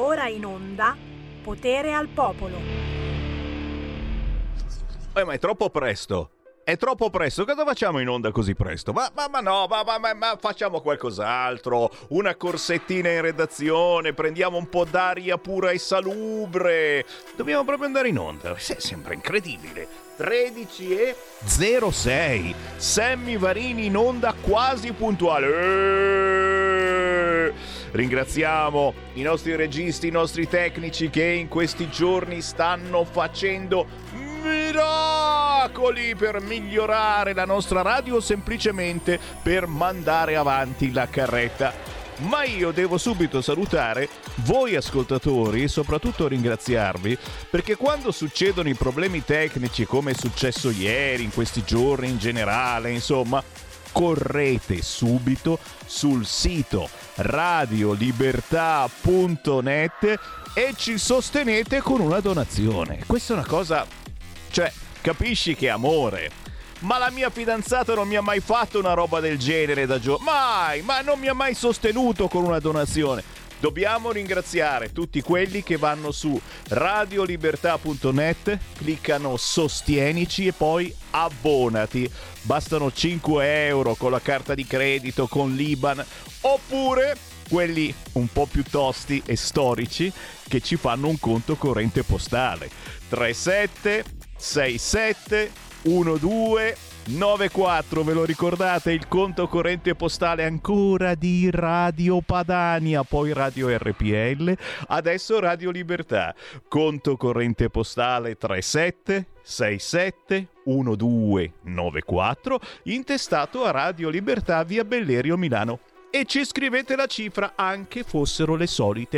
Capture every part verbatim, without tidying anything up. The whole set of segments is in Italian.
ora in onda Potere al Popolo. Eh, ma è troppo presto. È troppo presto, cosa facciamo in onda così presto? Ma, ma, ma no, ma, ma, ma, ma facciamo qualcos'altro, una corsettina in redazione, prendiamo un po' d'aria pura e salubre. Dobbiamo proprio andare in onda, sembra incredibile. tredici e zero sei, Sammy Varini in onda quasi puntuale. Eeeh! Ringraziamo i nostri registi, i nostri tecnici che in questi giorni stanno facendo miracoli per migliorare la nostra radio, semplicemente per mandare avanti la carretta. Ma io devo subito salutare voi ascoltatori e soprattutto ringraziarvi, perché quando succedono i problemi tecnici come è successo ieri, in questi giorni in generale, insomma, correte subito sul sito radiolibertà punto net e ci sostenete con una donazione. Questa è una cosa, cioè, capisci che amore. Ma la mia fidanzata non mi ha mai fatto una roba del genere da giorno. Mai, ma non mi ha mai sostenuto con una donazione. Dobbiamo ringraziare tutti quelli che vanno su radiolibertà punto net, cliccano sostienici e poi abbonati. Bastano cinque euro con la carta di credito, con l'I B A N, oppure quelli un po' più tosti e storici che ci fanno un conto corrente postale. tre sette sei sette uno due nove quattro, ve lo ricordate? Il conto corrente postale ancora di Radio Padania, poi Radio R P L, adesso Radio Libertà. Conto corrente postale tre sette sei sette uno due nove quattro, intestato a Radio Libertà, via Bellerio, Milano. E ci scrivete la cifra, anche fossero le solite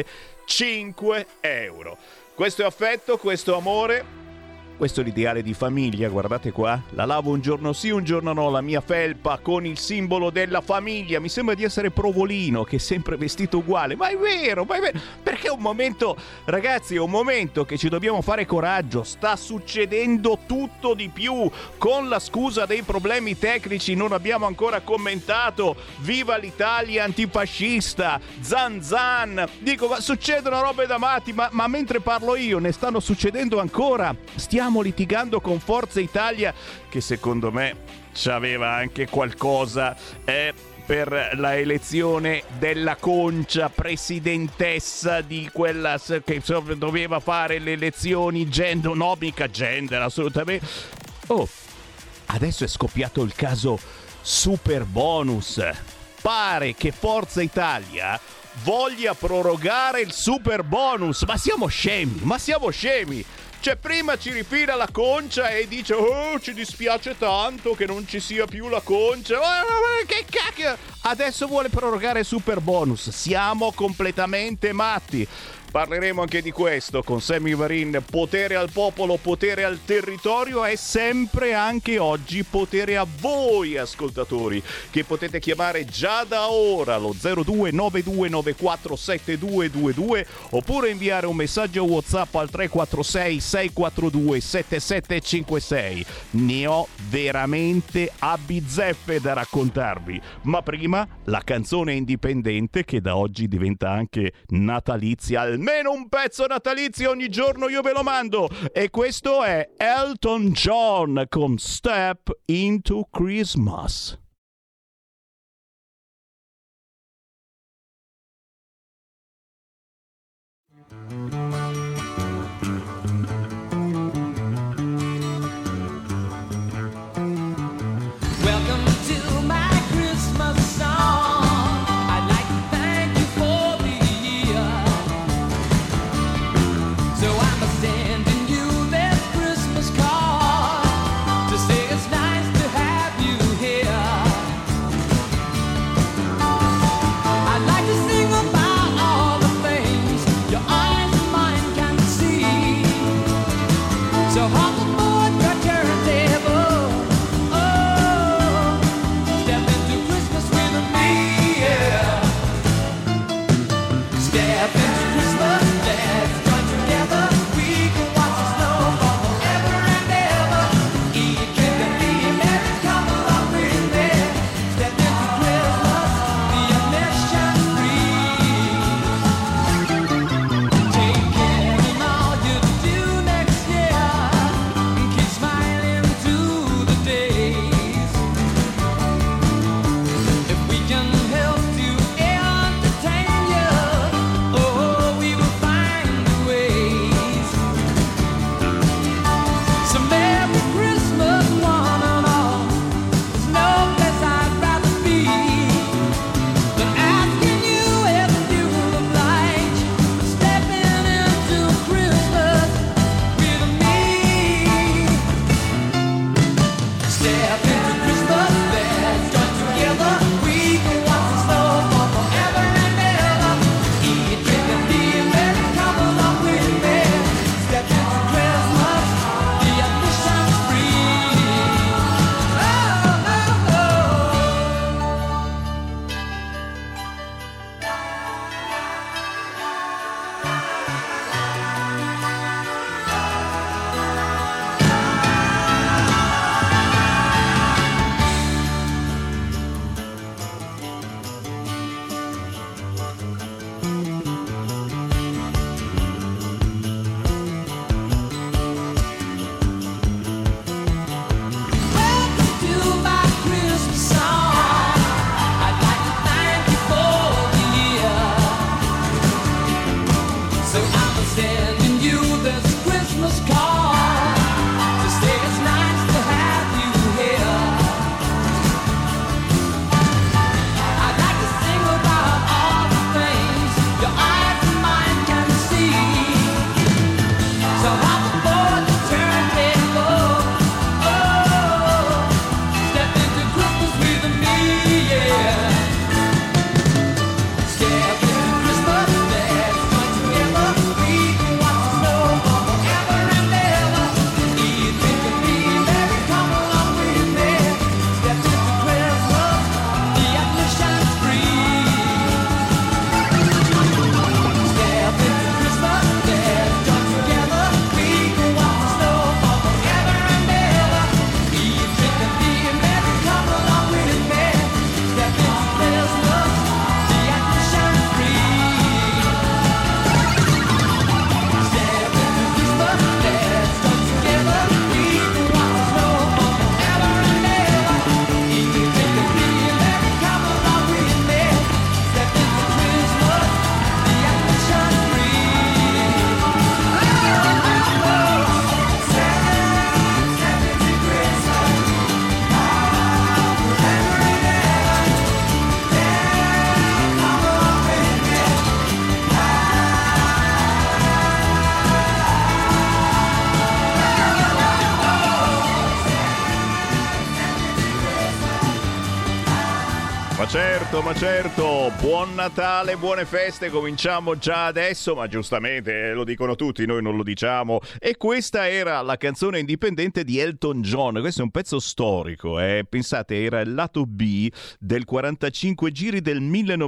cinque euro. Questo è affetto, questo è amore. Questo è l'ideale di famiglia, guardate qua, la lavo un giorno sì, un giorno no, la mia felpa con il simbolo della famiglia, mi sembra di essere Provolino, che è sempre vestito uguale, ma è vero, ma è vero, perché è un momento, ragazzi, è un momento che ci dobbiamo fare coraggio, sta succedendo tutto di più, con la scusa dei problemi tecnici non abbiamo ancora commentato, viva l'Italia antifascista, zan zan, dico, ma succedono robe da matti, ma, ma mentre parlo io ne stanno succedendo ancora, stiamo Stiamo litigando con Forza Italia, che secondo me c'aveva anche qualcosa eh, per la elezione della Concia, presidentessa di quella che doveva fare le elezioni gender, no mica gender, assolutamente. Oh, adesso è scoppiato il caso Super Bonus. Pare che Forza Italia voglia prorogare il Super Bonus, ma siamo scemi, ma siamo scemi. Cioè, prima ci rifila la Concia e dice oh, ci dispiace tanto che non ci sia più la Concia. Oh, che cacchio! Adesso vuole prorogare Super Bonus. Siamo completamente matti. Parleremo anche di questo con Sammy Varin. Potere al popolo, potere al territorio è sempre anche oggi potere a voi ascoltatori, che potete chiamare già da ora lo zero due nove due nove quattro sette due due due oppure inviare un messaggio WhatsApp al tre quattro sei sei quattro due sette sette cinque sei. Ne ho veramente a bizzeffe da raccontarvi, ma prima la canzone indipendente che da oggi diventa anche natalizia, almeno un pezzo natalizio ogni giorno io ve lo mando, e questo è Elton John con Step into Christmas. I'd like to sing about all the things your eyes Ma certo, ma certo, buon Natale, buone feste, cominciamo già adesso, ma giustamente lo dicono tutti, noi non lo diciamo. E questa era la canzone indipendente di Elton John, questo è un pezzo storico, eh? Pensate, era il lato B del quarantacinque giri del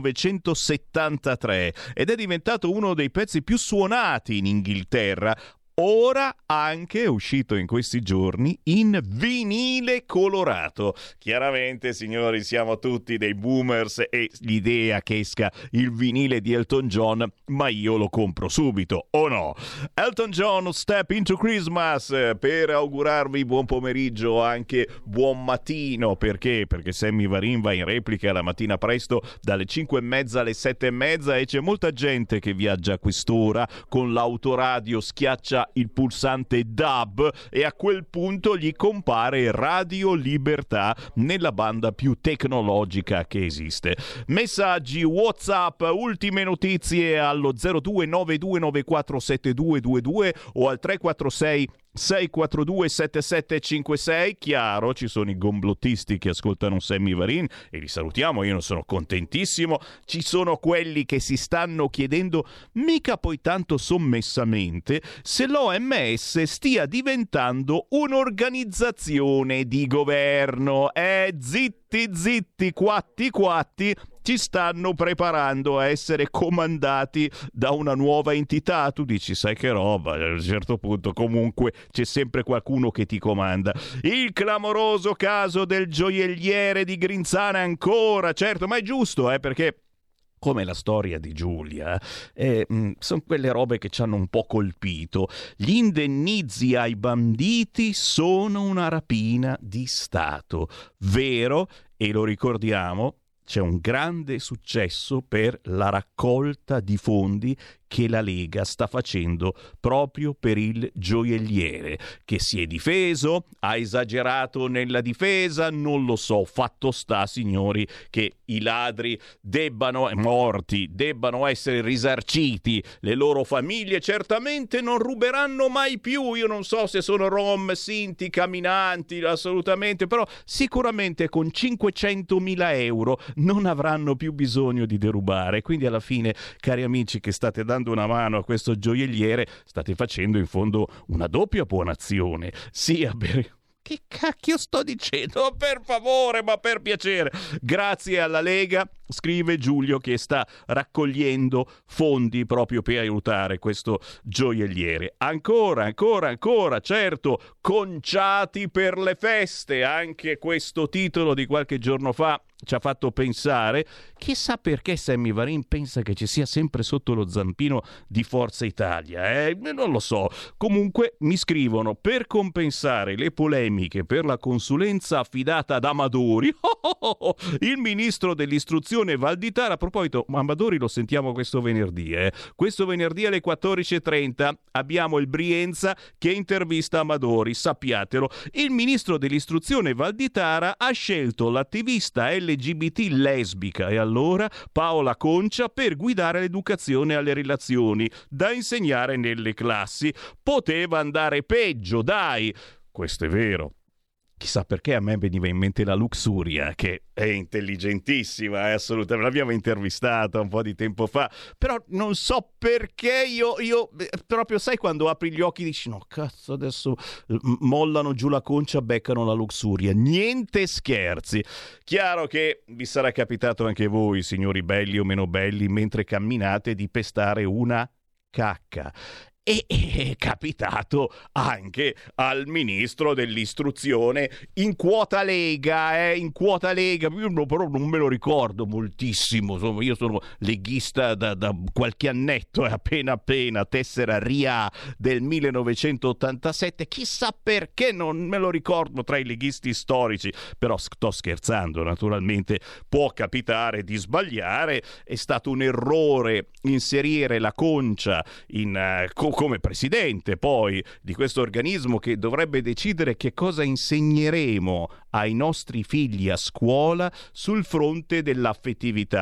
millenovecentosettantatré ed è diventato uno dei pezzi più suonati in Inghilterra. Ora anche è uscito in questi giorni in vinile colorato. Chiaramente, signori, siamo tutti dei boomers e l'idea che esca il vinile di Elton John, ma io lo compro subito, o no? Elton John, Step into Christmas, per augurarvi buon pomeriggio, anche buon mattino. Perché? Perché Sammy Varin va in replica la mattina presto dalle cinque e mezza alle sette e mezza e c'è molta gente che viaggia a quest'ora con l'autoradio, schiaccia il pulsante D A B e a quel punto gli compare Radio Libertà nella banda più tecnologica che esiste. Messaggi WhatsApp, ultime notizie allo zero due nove due nove quattro sette due due due o al tre quattro sei sei quattro due sette sette cinque sei. Chiaro, ci sono i gomblottisti che ascoltano Sammy Varin e li salutiamo, io ne sono contentissimo. Ci sono quelli che si stanno chiedendo, mica poi tanto sommessamente, se l'O M S stia diventando un'organizzazione di governo. Eh, zitti zitti, quatti quatti, ci stanno preparando a essere comandati da una nuova entità. Tu dici, sai che roba, a un certo punto comunque c'è sempre qualcuno che ti comanda. Il clamoroso caso del gioielliere di Grinzane ancora, certo, ma è giusto, eh, perché come la storia di Giulia, eh, sono quelle robe che ci hanno un po' colpito. Gli indennizi ai banditi sono una rapina di Stato, vero? E lo ricordiamo, c'è un grande successo per la raccolta di fondi che la Lega sta facendo proprio per il gioielliere, che si è difeso, ha esagerato nella difesa, non lo so. Fatto sta, signori, che i ladri debbano, morti, debbano essere risarciti, le loro famiglie certamente non ruberanno mai più. Io non so se sono rom, sinti, camminanti, assolutamente, però sicuramente con cinquecentomila euro non avranno più bisogno di derubare. Quindi alla fine, cari amici che state dando una mano a questo gioielliere, state facendo in fondo una doppia buona azione, sia per... Che cacchio sto dicendo? Per favore, ma per piacere. Grazie alla Lega, scrive Giulio, che sta raccogliendo fondi proprio per aiutare questo gioielliere. Ancora, ancora, ancora, certo, conciati per le feste. Anche questo titolo di qualche giorno fa ci ha fatto pensare. Chissà perché Sammy Varin pensa che ci sia sempre sotto lo zampino di Forza Italia, eh? Non lo so. Comunque mi scrivono, per compensare le polemiche per la consulenza affidata ad Amadori, oh oh oh, il ministro dell'istruzione Valditara, a proposito, Amadori lo sentiamo questo venerdì, eh? Questo venerdì alle quattordici e trenta abbiamo il Brienza che intervista Amadori, sappiatelo. Il ministro dell'istruzione Valditara ha scelto l'attivista L G B T lesbica e allora Paola Concia per guidare l'educazione alle relazioni da insegnare nelle classi. Poteva andare peggio, dai. Questo è vero. Chissà perché a me veniva in mente la Luxuria, che è intelligentissima, è assolutamente, l'abbiamo intervistata un po' di tempo fa, però non so perché io, io proprio, sai, quando apri gli occhi dici no, cazzo, adesso mollano giù la Concia, beccano la Luxuria. Niente scherzi. Chiaro che vi sarà capitato anche voi, signori belli o meno belli, mentre camminate, di pestare una cacca. E è capitato anche al ministro dell'istruzione in quota Lega, eh, in quota Lega, io però non me lo ricordo moltissimo, insomma, io sono leghista da, da qualche annetto, eh, appena appena, tessera R I A del millenovecentottantasette, chissà perché non me lo ricordo tra i leghisti storici, però sto scherzando, naturalmente può capitare di sbagliare, è stato un errore inserire la Concia in... Uh, co- come presidente poi di questo organismo che dovrebbe decidere che cosa insegneremo ai nostri figli a scuola sul fronte dell'affettività.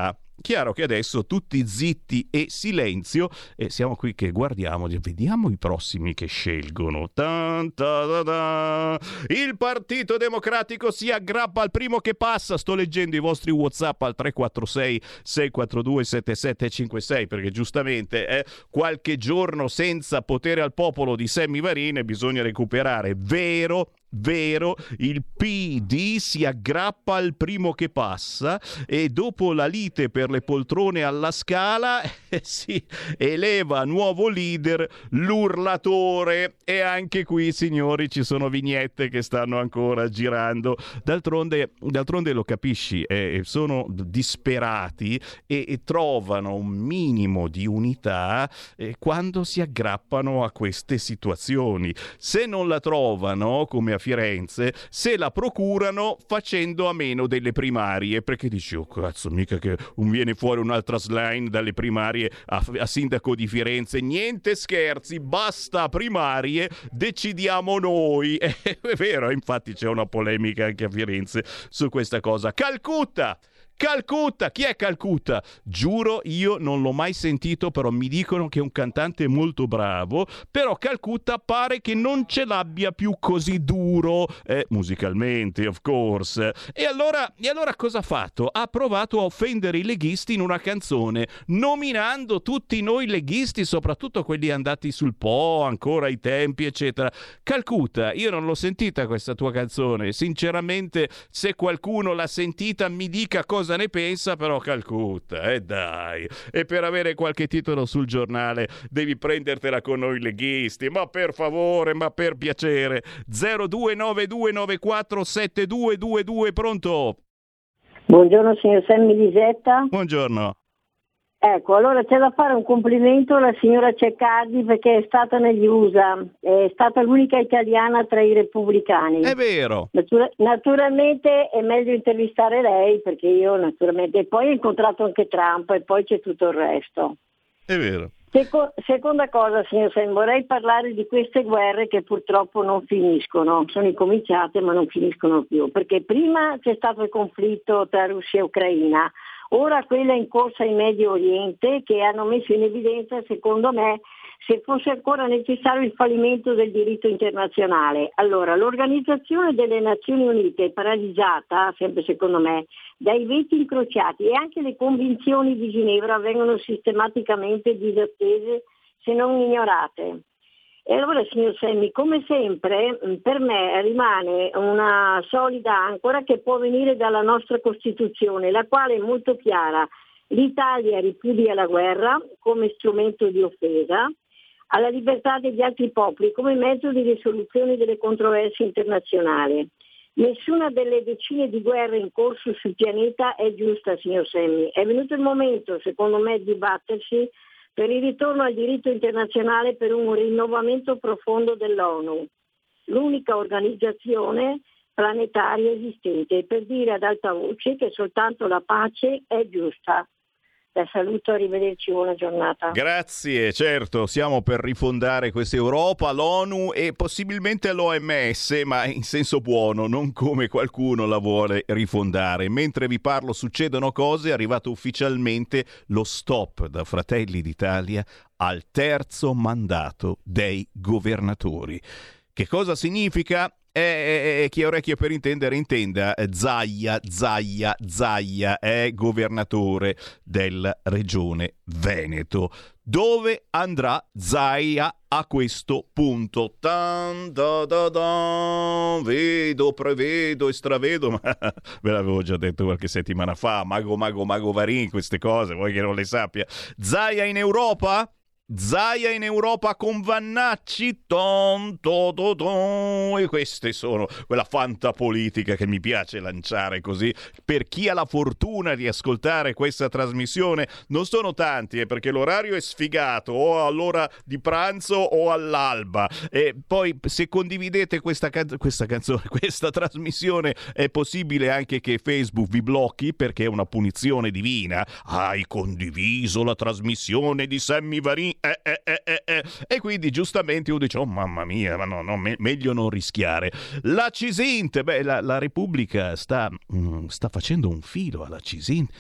chiaro che adesso tutti zitti e silenzio, e siamo qui che guardiamo, vediamo i prossimi che scelgono. Tan, ta, ta, ta. Il Partito Democratico si aggrappa al primo che passa. Sto leggendo i vostri WhatsApp al tre quattro sei sei quattro due sette sette cinque sei, perché giustamente eh, qualche giorno senza potere al popolo di Sammy Varin bisogna recuperare. Vero, vero, il P D si aggrappa al primo che passa e dopo la lite per le poltrone alla Scala eh, si eleva nuovo leader l'urlatore. E anche qui, signori, ci sono vignette che stanno ancora girando. D'altronde, d'altronde lo capisci, eh, sono disperati e, e trovano un minimo di unità eh, quando si aggrappano a queste situazioni. Se non la trovano, come a Firenze, se la procurano facendo a meno delle primarie, perché dici, oh cazzo, mica che viene fuori un'altra slime dalle primarie a, a sindaco di Firenze. Niente scherzi, basta primarie, decidiamo noi. È vero, infatti c'è una polemica anche a Firenze su questa cosa. Calcutta! Calcutta, chi è Calcutta? Giuro, io non l'ho mai sentito, però mi dicono che è un cantante molto bravo, però Calcutta pare che non ce l'abbia più così duro, eh, musicalmente, of course. E allora, e allora cosa ha fatto? Ha provato a offendere i leghisti in una canzone, nominando tutti noi leghisti, soprattutto quelli andati sul Po, ancora ai tempi, eccetera. Calcutta, io non l'ho sentita questa tua canzone, sinceramente, se qualcuno l'ha sentita mi dica cosa ne pensa, però Calcutta, e eh dai, e per avere qualche titolo sul giornale devi prendertela con noi leghisti, ma per favore, ma per piacere. Zero due nove due nove quattro sette due due due, pronto? Buongiorno signor Sammy Lisetta. Buongiorno. Ecco, allora c'è da fare un complimento alla signora Ceccardi perché è stata negli U S A, è stata l'unica italiana tra i repubblicani. È vero. Natura- naturalmente è meglio intervistare lei perché io naturalmente, e poi ho incontrato anche Trump e poi c'è tutto il resto. È vero. Seco- seconda cosa, signor Sammy, vorrei parlare di queste guerre che purtroppo non finiscono, sono incominciate ma non finiscono più, perché prima c'è stato il conflitto tra Russia e Ucraina, ora quella in corsa in Medio Oriente, che hanno messo in evidenza, secondo me, se fosse ancora necessario il fallimento del diritto internazionale. Allora, l'Organizzazione delle Nazioni Unite è paralizzata, sempre secondo me, dai veti incrociati e anche le convinzioni di Ginevra vengono sistematicamente disattese se non ignorate. E allora, signor Sammy, come sempre, per me rimane una solida ancora che può venire dalla nostra Costituzione, la quale è molto chiara. L'Italia ripudia la guerra come strumento di offesa alla libertà degli altri popoli, come mezzo di risoluzione delle controversie internazionali. Nessuna delle decine di guerre in corso sul pianeta è giusta, signor Sammy. È venuto il momento, secondo me, di battersi per il ritorno al diritto internazionale, per un rinnovamento profondo dell'ONU, l'unica organizzazione planetaria esistente, per dire ad alta voce che soltanto la pace è giusta. La saluto, arrivederci, buona giornata. Grazie, certo, siamo per rifondare questa Europa, l'ONU e possibilmente l'O M S, ma in senso buono, non come qualcuno la vuole rifondare. Mentre vi parlo succedono cose, è arrivato ufficialmente lo stop da Fratelli d'Italia al terzo mandato dei governatori. Che cosa significa? E, e, chi ha orecchie per intendere intenda. Zaia, Zaia, Zaia è governatore della regione Veneto. Dove andrà Zaia a questo punto? Tan, da, da, da. Vedo, prevedo e stravedo, ma ve l'avevo già detto qualche settimana fa. Mago, mago, mago Varin, queste cose, vuoi che non le sappia? Zaia in Europa? Zaia in Europa con Vannacci, ton, to, to, to. E queste sono quella fantapolitica che mi piace lanciare così. Per chi ha la fortuna di ascoltare questa trasmissione, non sono tanti, eh, perché l'orario è sfigato, o all'ora di pranzo o all'alba. E poi se condividete questa, can- questa canzone, questa trasmissione, è possibile anche che Facebook vi blocchi perché è una punizione divina. Hai condiviso la trasmissione di Sammy Varin. Eh, eh, eh, eh, eh. E quindi giustamente io dico, oh mamma mia, ma no, no, me- meglio non rischiare. La Cisint, beh, la, la Repubblica sta, mm, sta facendo un filo alla Cisint.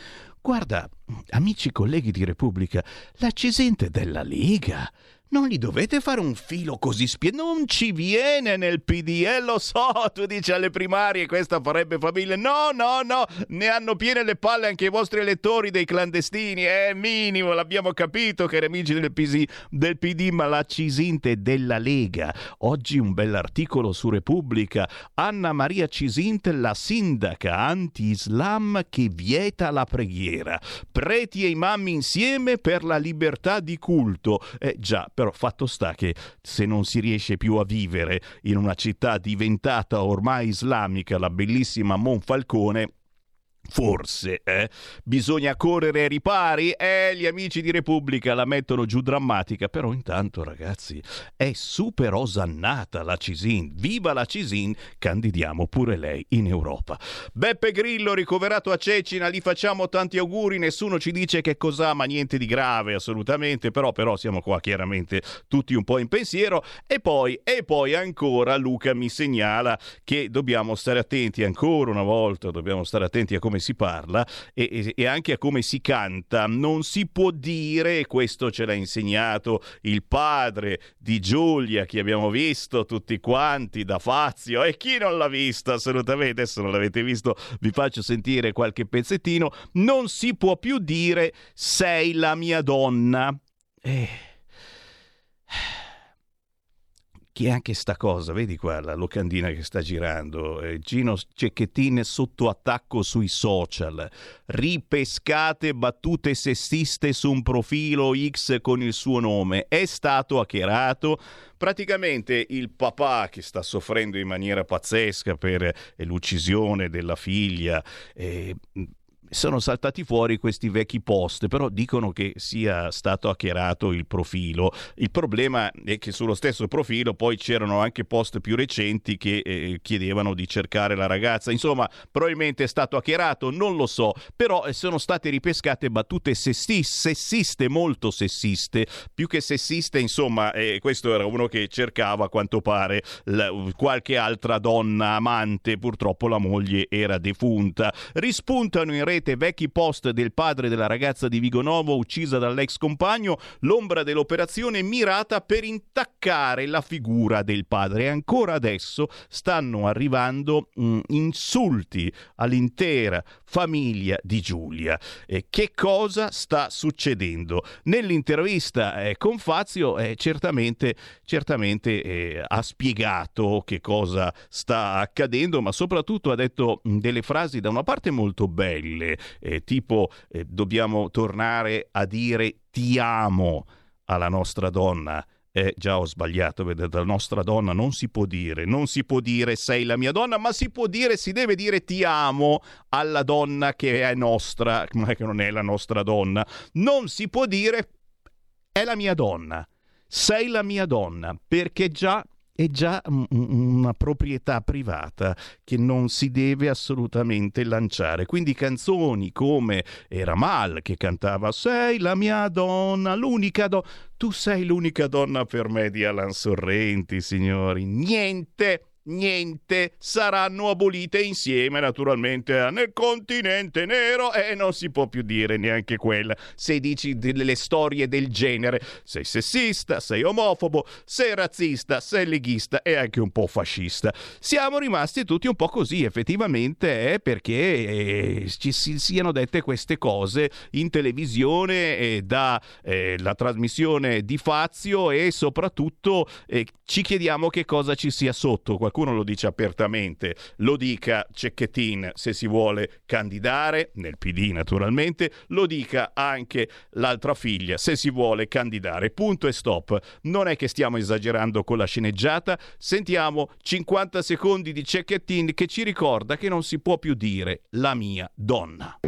guarda, amici colleghi di Repubblica, la Cisinte della Lega, non gli dovete fare un filo così spie... Non ci viene nel P D, eh, lo so, tu dici alle primarie questa farebbe famiglia. No, no, no, ne hanno piene le palle anche i vostri elettori dei clandestini, è minimo, l'abbiamo capito, cari amici del P D, del P D, ma la Cisinte della Lega. Oggi un bell'articolo su Repubblica. Anna Maria Cisinte, la sindaca anti-Islam che vieta la preghiera. Preti e imam insieme per la libertà di culto. Eh già, però fatto sta che se non si riesce più a vivere in una città diventata ormai islamica, la bellissima Monfalcone, forse eh, bisogna correre ai ripari. Eh, gli amici di Repubblica la mettono giù drammatica, però intanto ragazzi è super osannata la Cisin. Viva la Cisin, candidiamo pure lei in Europa. Beppe Grillo ricoverato a Cecina, gli facciamo tanti auguri, nessuno ci dice che cos'ha, ma niente di grave assolutamente, però, però siamo qua chiaramente tutti un po' in pensiero. E poi, e poi ancora Luca mi segnala che dobbiamo stare attenti ancora una volta, dobbiamo stare attenti a come si parla e, e, e anche a come si canta. Non si può dire, e questo ce l'ha insegnato il padre di Giulia che abbiamo visto tutti quanti da Fazio, e chi non l'ha visto assolutamente, adesso non l'avete visto vi faccio sentire qualche pezzettino. Non si può più dire sei la mia donna. Eh... Che è anche sta cosa, vedi qua la locandina che sta girando, eh, Gino Cecchettin sotto attacco sui social, ripescate battute sessiste su un profilo X con il suo nome, è stato hackerato. Praticamente il papà che sta soffrendo in maniera pazzesca per eh, l'uccisione della figlia, eh, sono saltati fuori questi vecchi post, però dicono che sia stato hackerato il profilo. Il problema è che sullo stesso profilo poi c'erano anche post più recenti che eh, chiedevano di cercare la ragazza. Insomma, probabilmente è stato hackerato, non lo so, però eh, sono state ripescate battute sessi- sessiste, molto sessiste, più che sessiste, insomma, eh, questo era uno che cercava a quanto pare la, qualche altra donna amante, purtroppo la moglie era defunta. Rispuntano in rete vecchi post del padre della ragazza di Vigonovo uccisa dall'ex compagno, l'ombra dell'operazione mirata per intaccare la figura del padre. E ancora adesso stanno arrivando mh, insulti all'intera famiglia di Giulia. E che cosa sta succedendo? Nell'intervista eh, con Fazio eh, certamente, certamente eh, ha spiegato che cosa sta accadendo, ma soprattutto ha detto mh, delle frasi da una parte molto belle, Eh, tipo eh, dobbiamo tornare a dire ti amo alla nostra donna. Eh, già ho sbagliato, vedete, la nostra donna non si può dire, non si può dire sei la mia donna, ma si può dire, si deve dire ti amo alla donna che è nostra, ma che non è la nostra donna. Non si può dire è la mia donna, sei la mia donna, perché già è già una proprietà privata che non si deve assolutamente lanciare. Quindi canzoni come Eramal che cantava sei la mia donna, l'unica donna, tu sei l'unica donna per me di Alan Sorrenti, signori, niente niente, saranno abolite insieme naturalmente nel continente nero, e non si può più dire neanche quella. Se dici delle storie del genere sei sessista, sei omofobo, sei razzista, sei leghista e anche un po' fascista. Siamo rimasti tutti un po' così effettivamente, eh, perché eh, ci si siano dette queste cose in televisione eh, da eh, la trasmissione di Fazio, e soprattutto eh, ci chiediamo che cosa ci sia sotto. Qualcuno lo dice apertamente, lo dica Cecchettin se si vuole candidare nel P D naturalmente, lo dica anche l'altra figlia se si vuole candidare, punto e stop. Non è che stiamo esagerando con la sceneggiata. Sentiamo cinquanta secondi di Cecchettin che ci ricorda che non si può più dire la mia donna,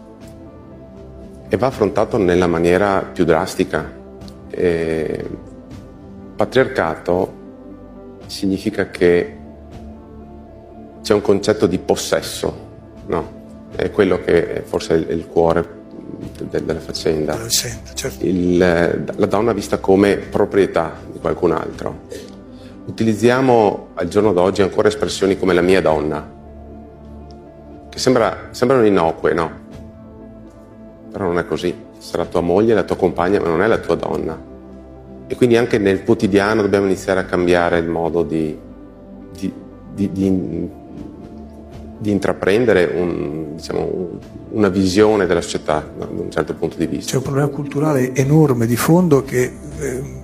e va affrontato nella maniera più drastica. E... patriarcato significa che c'è un concetto di possesso, no? È quello che forse è il cuore della faccenda. Il, la donna vista come proprietà di qualcun altro. Utilizziamo al giorno d'oggi ancora espressioni come la mia donna, che sembra, sembrano innocue, no? però non è così. Sarà tua moglie, la tua compagna, ma non è la tua donna. E quindi anche nel quotidiano dobbiamo iniziare a cambiare il modo di, di, di, di, di intraprendere un, diciamo, una visione della società da un certo punto di vista. C'è un problema culturale enorme di fondo che... Eh,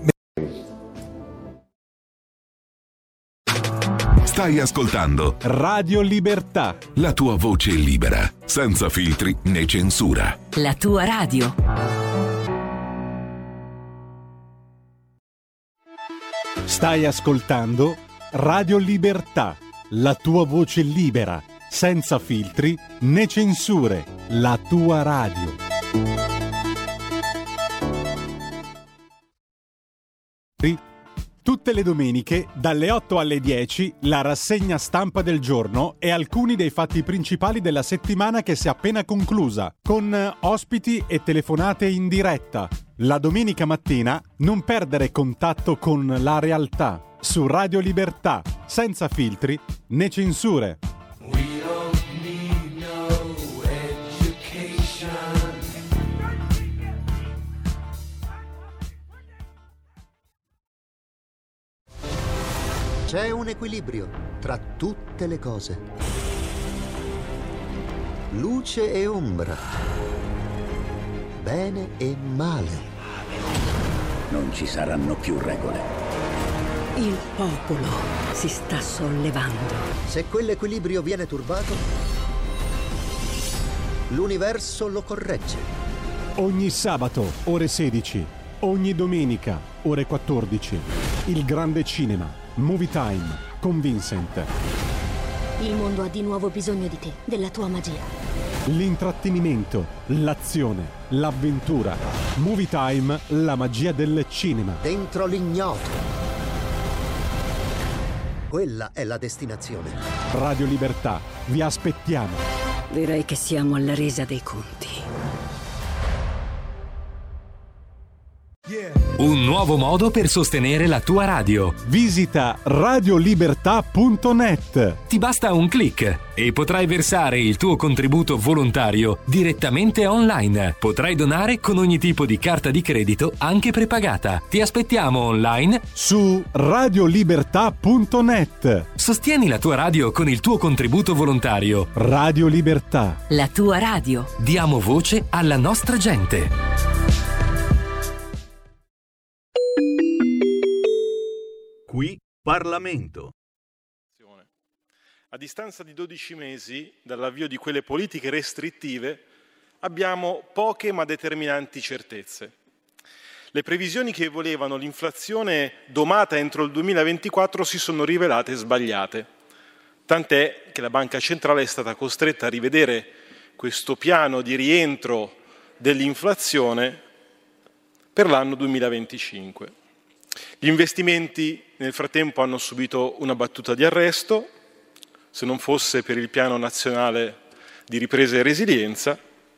Stai ascoltando Radio Libertà, la tua voce libera, senza filtri né censura. La tua radio. Stai ascoltando Radio Libertà, la tua voce libera, senza filtri né censure. La tua radio. Tutte le domeniche, dalle otto alle dieci, la rassegna stampa del giorno e alcuni dei fatti principali della settimana che si è appena conclusa, con ospiti e telefonate in diretta. La domenica mattina non perdere contatto con la realtà, su Radio Libertà, senza filtri né censure. C'è un equilibrio tra tutte le cose. Luce e ombra. Bene e male. Non ci saranno più regole. Il popolo si sta sollevando. Se quell'equilibrio viene turbato, l'universo lo corregge. Ogni sabato, ore sedici. Ogni domenica, ore quattordici. Il grande cinema. Movie Time con Vincent. Il mondo ha di nuovo bisogno di te, della tua magia. L'intrattenimento, l'azione, l'avventura. Movie Time, la magia del cinema. Dentro l'ignoto. Quella è la destinazione. Radio Libertà, vi aspettiamo. Direi che siamo alla resa dei conti. Un nuovo modo per sostenere la tua radio. Visita radiolibertà punto net. Ti basta un click e potrai versare il tuo contributo volontario direttamente online. Potrai donare con ogni tipo di carta di credito, anche prepagata. Ti aspettiamo online su radiolibertà punto net. Sostieni la tua radio con il tuo contributo volontario. Radio Libertà. La tua radio. Diamo voce alla nostra gente. Qui Parlamento. A distanza di dodici mesi dall'avvio di quelle politiche restrittive abbiamo poche ma determinanti certezze. Le previsioni che volevano l'inflazione domata entro il duemilaventiquattro si sono rivelate sbagliate, tant'è che la Banca Centrale è stata costretta a rivedere questo piano di rientro dell'inflazione per l'anno duemilaventicinque. Gli investimenti nel frattempo hanno subito una battuta di arresto, se non fosse per il Piano Nazionale di Ripresa e Resilienza,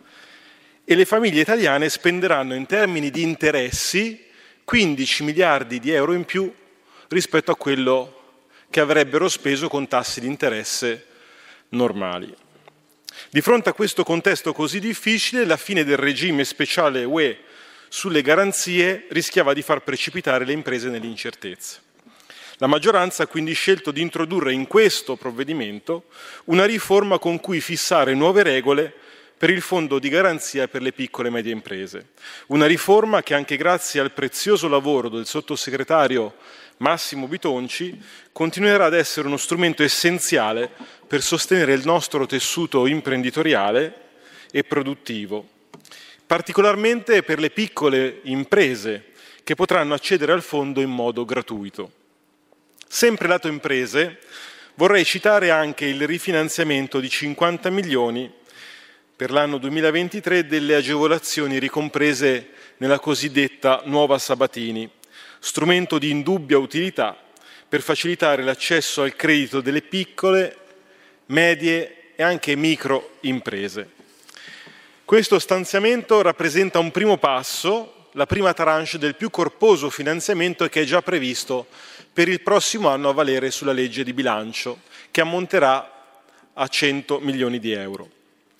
e le famiglie italiane spenderanno in termini di interessi quindici miliardi di euro in più rispetto a quello che avrebbero speso con tassi di interesse normali. Di fronte a questo contesto così difficile, la fine del regime speciale U E sulle garanzie rischiava di far precipitare le imprese nell'incertezza. La maggioranza ha quindi scelto di introdurre in questo provvedimento una riforma con cui fissare nuove regole per il fondo di garanzia per le piccole e medie imprese. Una riforma che, anche grazie al prezioso lavoro del sottosegretario Massimo Bitonci, continuerà ad essere uno strumento essenziale per sostenere il nostro tessuto imprenditoriale e produttivo, particolarmente per le piccole imprese che potranno accedere al fondo in modo gratuito. Sempre lato imprese, vorrei citare anche il rifinanziamento di cinquanta milioni per l'anno duemilaventitré delle agevolazioni ricomprese nella cosiddetta Nuova Sabatini, strumento di indubbia utilità per facilitare l'accesso al credito delle piccole, medie e anche micro imprese. Questo stanziamento rappresenta un primo passo, la prima tranche del più corposo finanziamento che è già previsto per il prossimo anno a valere sulla legge di bilancio, che ammonterà a cento milioni di euro.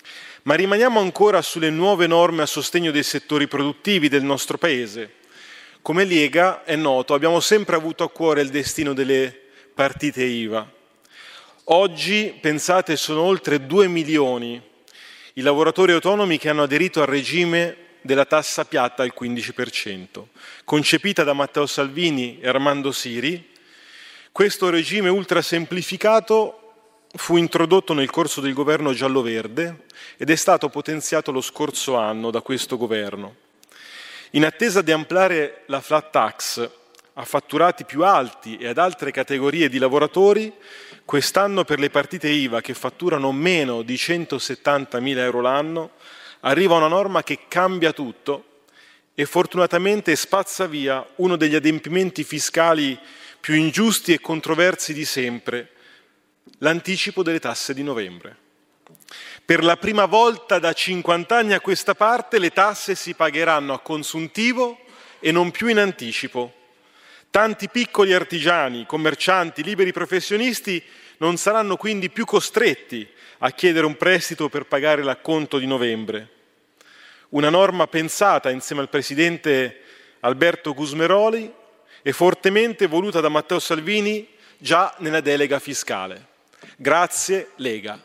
Ma rimaniamo ancora sulle nuove norme a sostegno dei settori produttivi del nostro Paese. Come Lega, è noto, abbiamo sempre avuto a cuore il destino delle partite I V A. Oggi, pensate, sono oltre due milioni i lavoratori autonomi che hanno aderito al regime della tassa piatta al quindici per cento, concepita da Matteo Salvini e Armando Siri. Questo regime ultra semplificato fu introdotto nel corso del governo giallo-verde ed è stato potenziato lo scorso anno da questo governo. In attesa di ampliare la flat tax a fatturati più alti e ad altre categorie di lavoratori, quest'anno per le partite I V A che fatturano meno di centosettantamila euro l'anno arriva una norma che cambia tutto e fortunatamente spazza via uno degli adempimenti fiscali più ingiusti e controversi di sempre, l'anticipo delle tasse di novembre. Per la prima volta da cinquanta anni a questa parte le tasse si pagheranno a consuntivo e non più in anticipo. Tanti piccoli artigiani, commercianti, liberi professionisti non saranno quindi più costretti a chiedere un prestito per pagare l'acconto di novembre. Una norma pensata insieme al presidente Alberto Gusmeroli e fortemente voluta da Matteo Salvini già nella delega fiscale. Grazie Lega.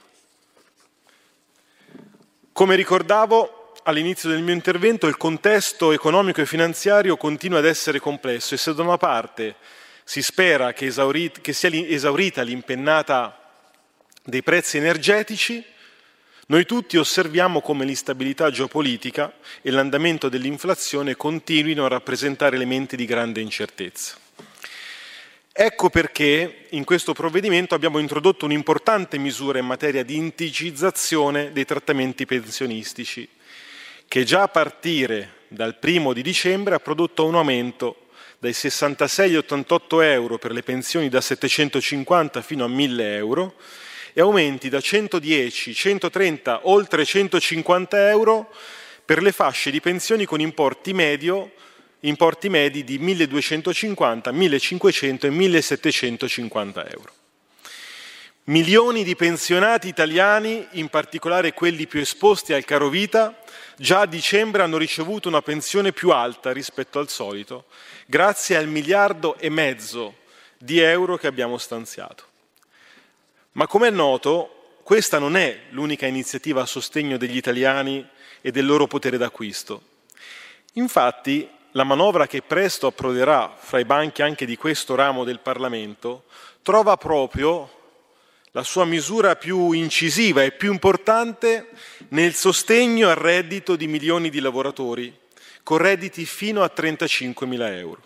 Come ricordavo all'inizio del mio intervento, il contesto economico e finanziario continua ad essere complesso e se da una parte si spera che, esaurit- che sia esaurita l'impennata dei prezzi energetici, noi tutti osserviamo come l'instabilità geopolitica e l'andamento dell'inflazione continuino a rappresentare elementi di grande incertezza. Ecco perché in questo provvedimento abbiamo introdotto un'importante misura in materia di indicizzazione dei trattamenti pensionistici, che già a partire dal primo di dicembre ha prodotto un aumento dai sessantasei agli ottantotto euro per le pensioni da settecentocinquanta fino a mille euro e aumenti da centodieci, centotrenta, oltre centocinquanta euro per le fasce di pensioni con importi medio importi medi di milleduecentocinquanta, millecinquecento e millesettecentocinquanta euro. Milioni di pensionati italiani, in particolare quelli più esposti al carovita, già a dicembre hanno ricevuto una pensione più alta rispetto al solito, grazie al miliardo e mezzo di euro che abbiamo stanziato. Ma come è noto, questa non è l'unica iniziativa a sostegno degli italiani e del loro potere d'acquisto. Infatti, la manovra che presto approderà fra i banchi anche di questo ramo del Parlamento trova proprio la sua misura più incisiva e più importante nel sostegno al reddito di milioni di lavoratori, con redditi fino a trentacinquemila euro.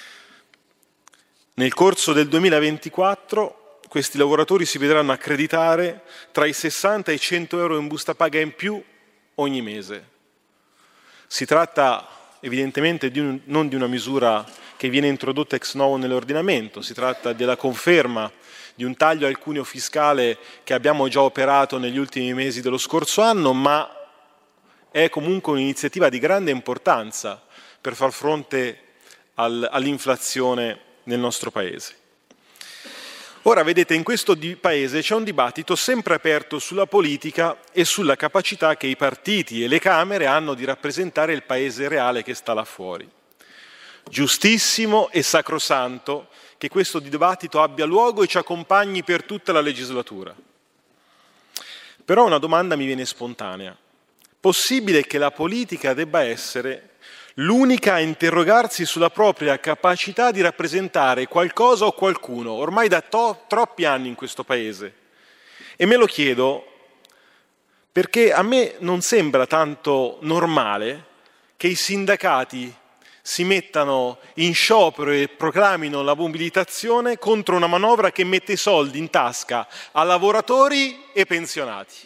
Nel corso del duemilaventiquattro questi lavoratori si vedranno accreditare tra i sessanta e i cento euro in busta paga in più ogni mese. Si tratta evidentemente di un, non di una misura che viene introdotta ex novo nell'ordinamento, si tratta della conferma di un taglio al cuneo fiscale che abbiamo già operato negli ultimi mesi dello scorso anno, ma è comunque un'iniziativa di grande importanza per far fronte al, all'inflazione nel nostro Paese. Ora, vedete, in questo di Paese c'è un dibattito sempre aperto sulla politica e sulla capacità che i partiti e le Camere hanno di rappresentare il Paese reale che sta là fuori. Giustissimo e sacrosanto che questo dibattito abbia luogo e ci accompagni per tutta la legislatura. Però una domanda mi viene spontanea. Possibile che la politica debba essere l'unica a interrogarsi sulla propria capacità di rappresentare qualcosa o qualcuno, ormai da to- troppi anni in questo Paese? E me lo chiedo perché a me non sembra tanto normale che i sindacati si mettano in sciopero e proclamino la mobilitazione contro una manovra che mette i soldi in tasca a lavoratori e pensionati.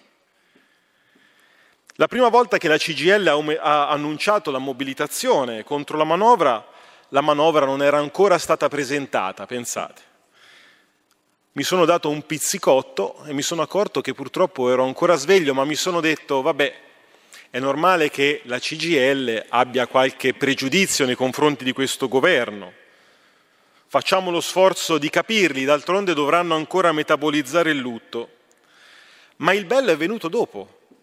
La prima volta che la C G I L ha annunciato la mobilitazione contro la manovra, la manovra non era ancora stata presentata, pensate. Mi sono dato un pizzicotto e mi sono accorto che purtroppo ero ancora sveglio, ma mi sono detto, vabbè, è normale che la C G I L abbia qualche pregiudizio nei confronti di questo governo. Facciamo lo sforzo di capirli, d'altronde dovranno ancora metabolizzare il lutto. Ma il bello è venuto dopo.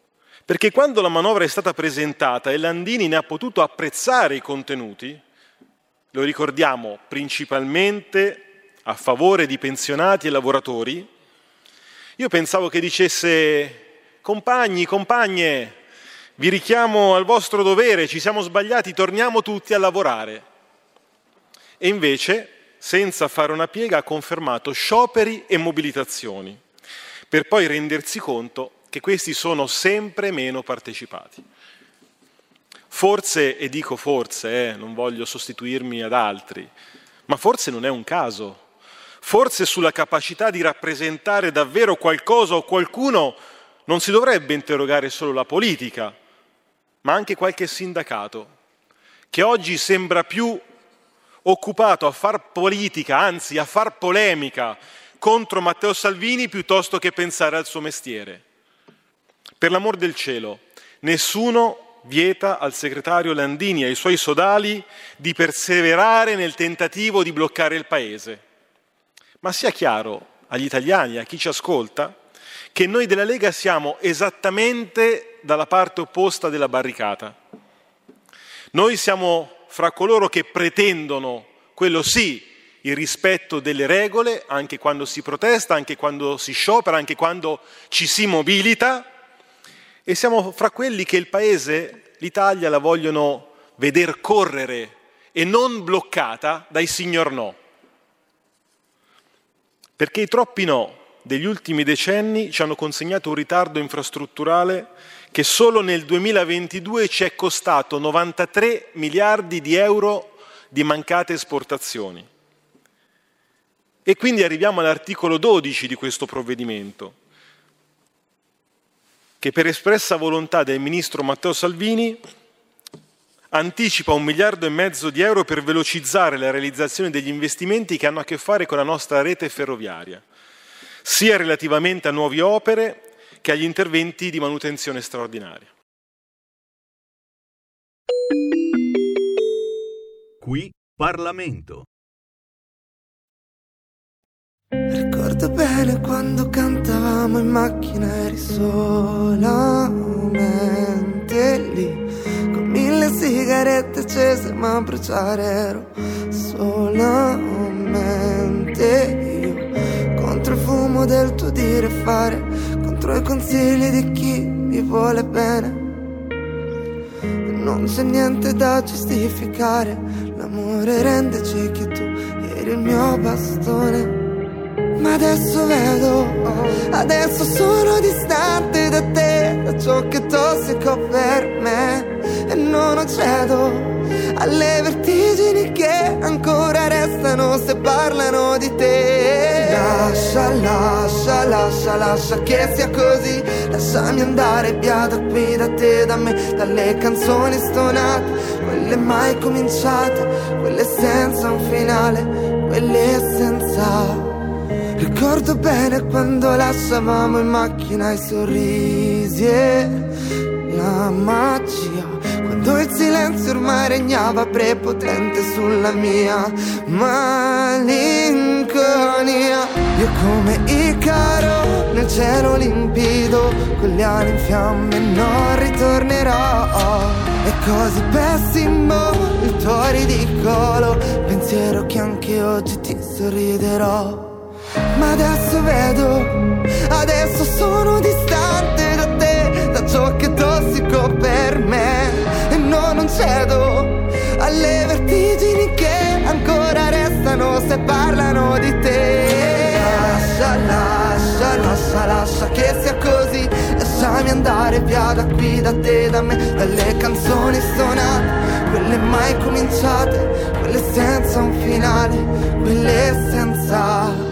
Perché quando la manovra è stata presentata e Landini ne ha potuto apprezzare i contenuti, lo ricordiamo principalmente a favore di pensionati e lavoratori, io pensavo che dicesse: compagni, compagne, vi richiamo al vostro dovere, ci siamo sbagliati, torniamo tutti a lavorare. E invece, senza fare una piega, ha confermato scioperi e mobilitazioni, per poi rendersi conto che questi sono sempre meno partecipati. Forse, e dico forse, eh, non voglio sostituirmi ad altri, ma forse non è un caso. Forse sulla capacità di rappresentare davvero qualcosa o qualcuno non si dovrebbe interrogare solo la politica, ma anche qualche sindacato, che oggi sembra più occupato a far politica, anzi a far polemica contro Matteo Salvini piuttosto che pensare al suo mestiere. Per l'amor del cielo, nessuno vieta al segretario Landini e ai suoi sodali di perseverare nel tentativo di bloccare il Paese. Ma sia chiaro agli italiani e a chi ci ascolta che noi della Lega siamo esattamente dalla parte opposta della barricata. Noi siamo fra coloro che pretendono, quello sì, il rispetto delle regole, anche quando si protesta, anche quando si sciopera, anche quando ci si mobilita, e siamo fra quelli che il Paese, l'Italia, la vogliono veder correre e non bloccata dai signor no. Perché i troppi no degli ultimi decenni ci hanno consegnato un ritardo infrastrutturale che solo nel duemilaventidue ci è costato novantatré miliardi di euro di mancate esportazioni. E quindi arriviamo all'articolo dodici di questo provvedimento, che per espressa volontà del ministro Matteo Salvini anticipa un miliardo e mezzo di euro per velocizzare la realizzazione degli investimenti che hanno a che fare con la nostra rete ferroviaria, sia relativamente a nuove opere che agli interventi di manutenzione straordinaria. Qui Parlamento. Ricordo bene quando cantavamo in macchina, eri solamente lì, con mille sigarette accese ma a bruciare ero solamente io, contro il fumo del tuo dire e fare, contro i consigli di chi mi vuole bene. E non c'è niente da giustificare, l'amore rende ciechi e tu eri il mio bastone. Ma adesso vedo, adesso sono distante da te, da ciò che è tossico per me, e non accedo alle vertigini che ancora restano se parlano di te. Lascia, lascia, lascia, lascia che sia così, lasciami andare via da qui, da te, da me, dalle canzoni stonate, quelle mai cominciate, quelle senza un finale, quelle senza. Ricordo bene quando lasciavamo in macchina i sorrisi e la magia, quando il silenzio ormai regnava prepotente sulla mia malinconia. Io come Icaro nel cielo limpido, con gli ali in fiamme non ritornerò. È così pessimo il tuo ridicolo pensiero che anche oggi ti sorriderò. Ma adesso vedo, adesso sono distante da te, da ciò che è tossico per me, e no, non cedo alle vertigini che ancora restano se parlano di te. Lascia, lascia, lascia, lascia che sia così, lasciami andare via da qui, da te, da me, dalle canzoni suonate, quelle mai cominciate, quelle senza un finale, quelle senza.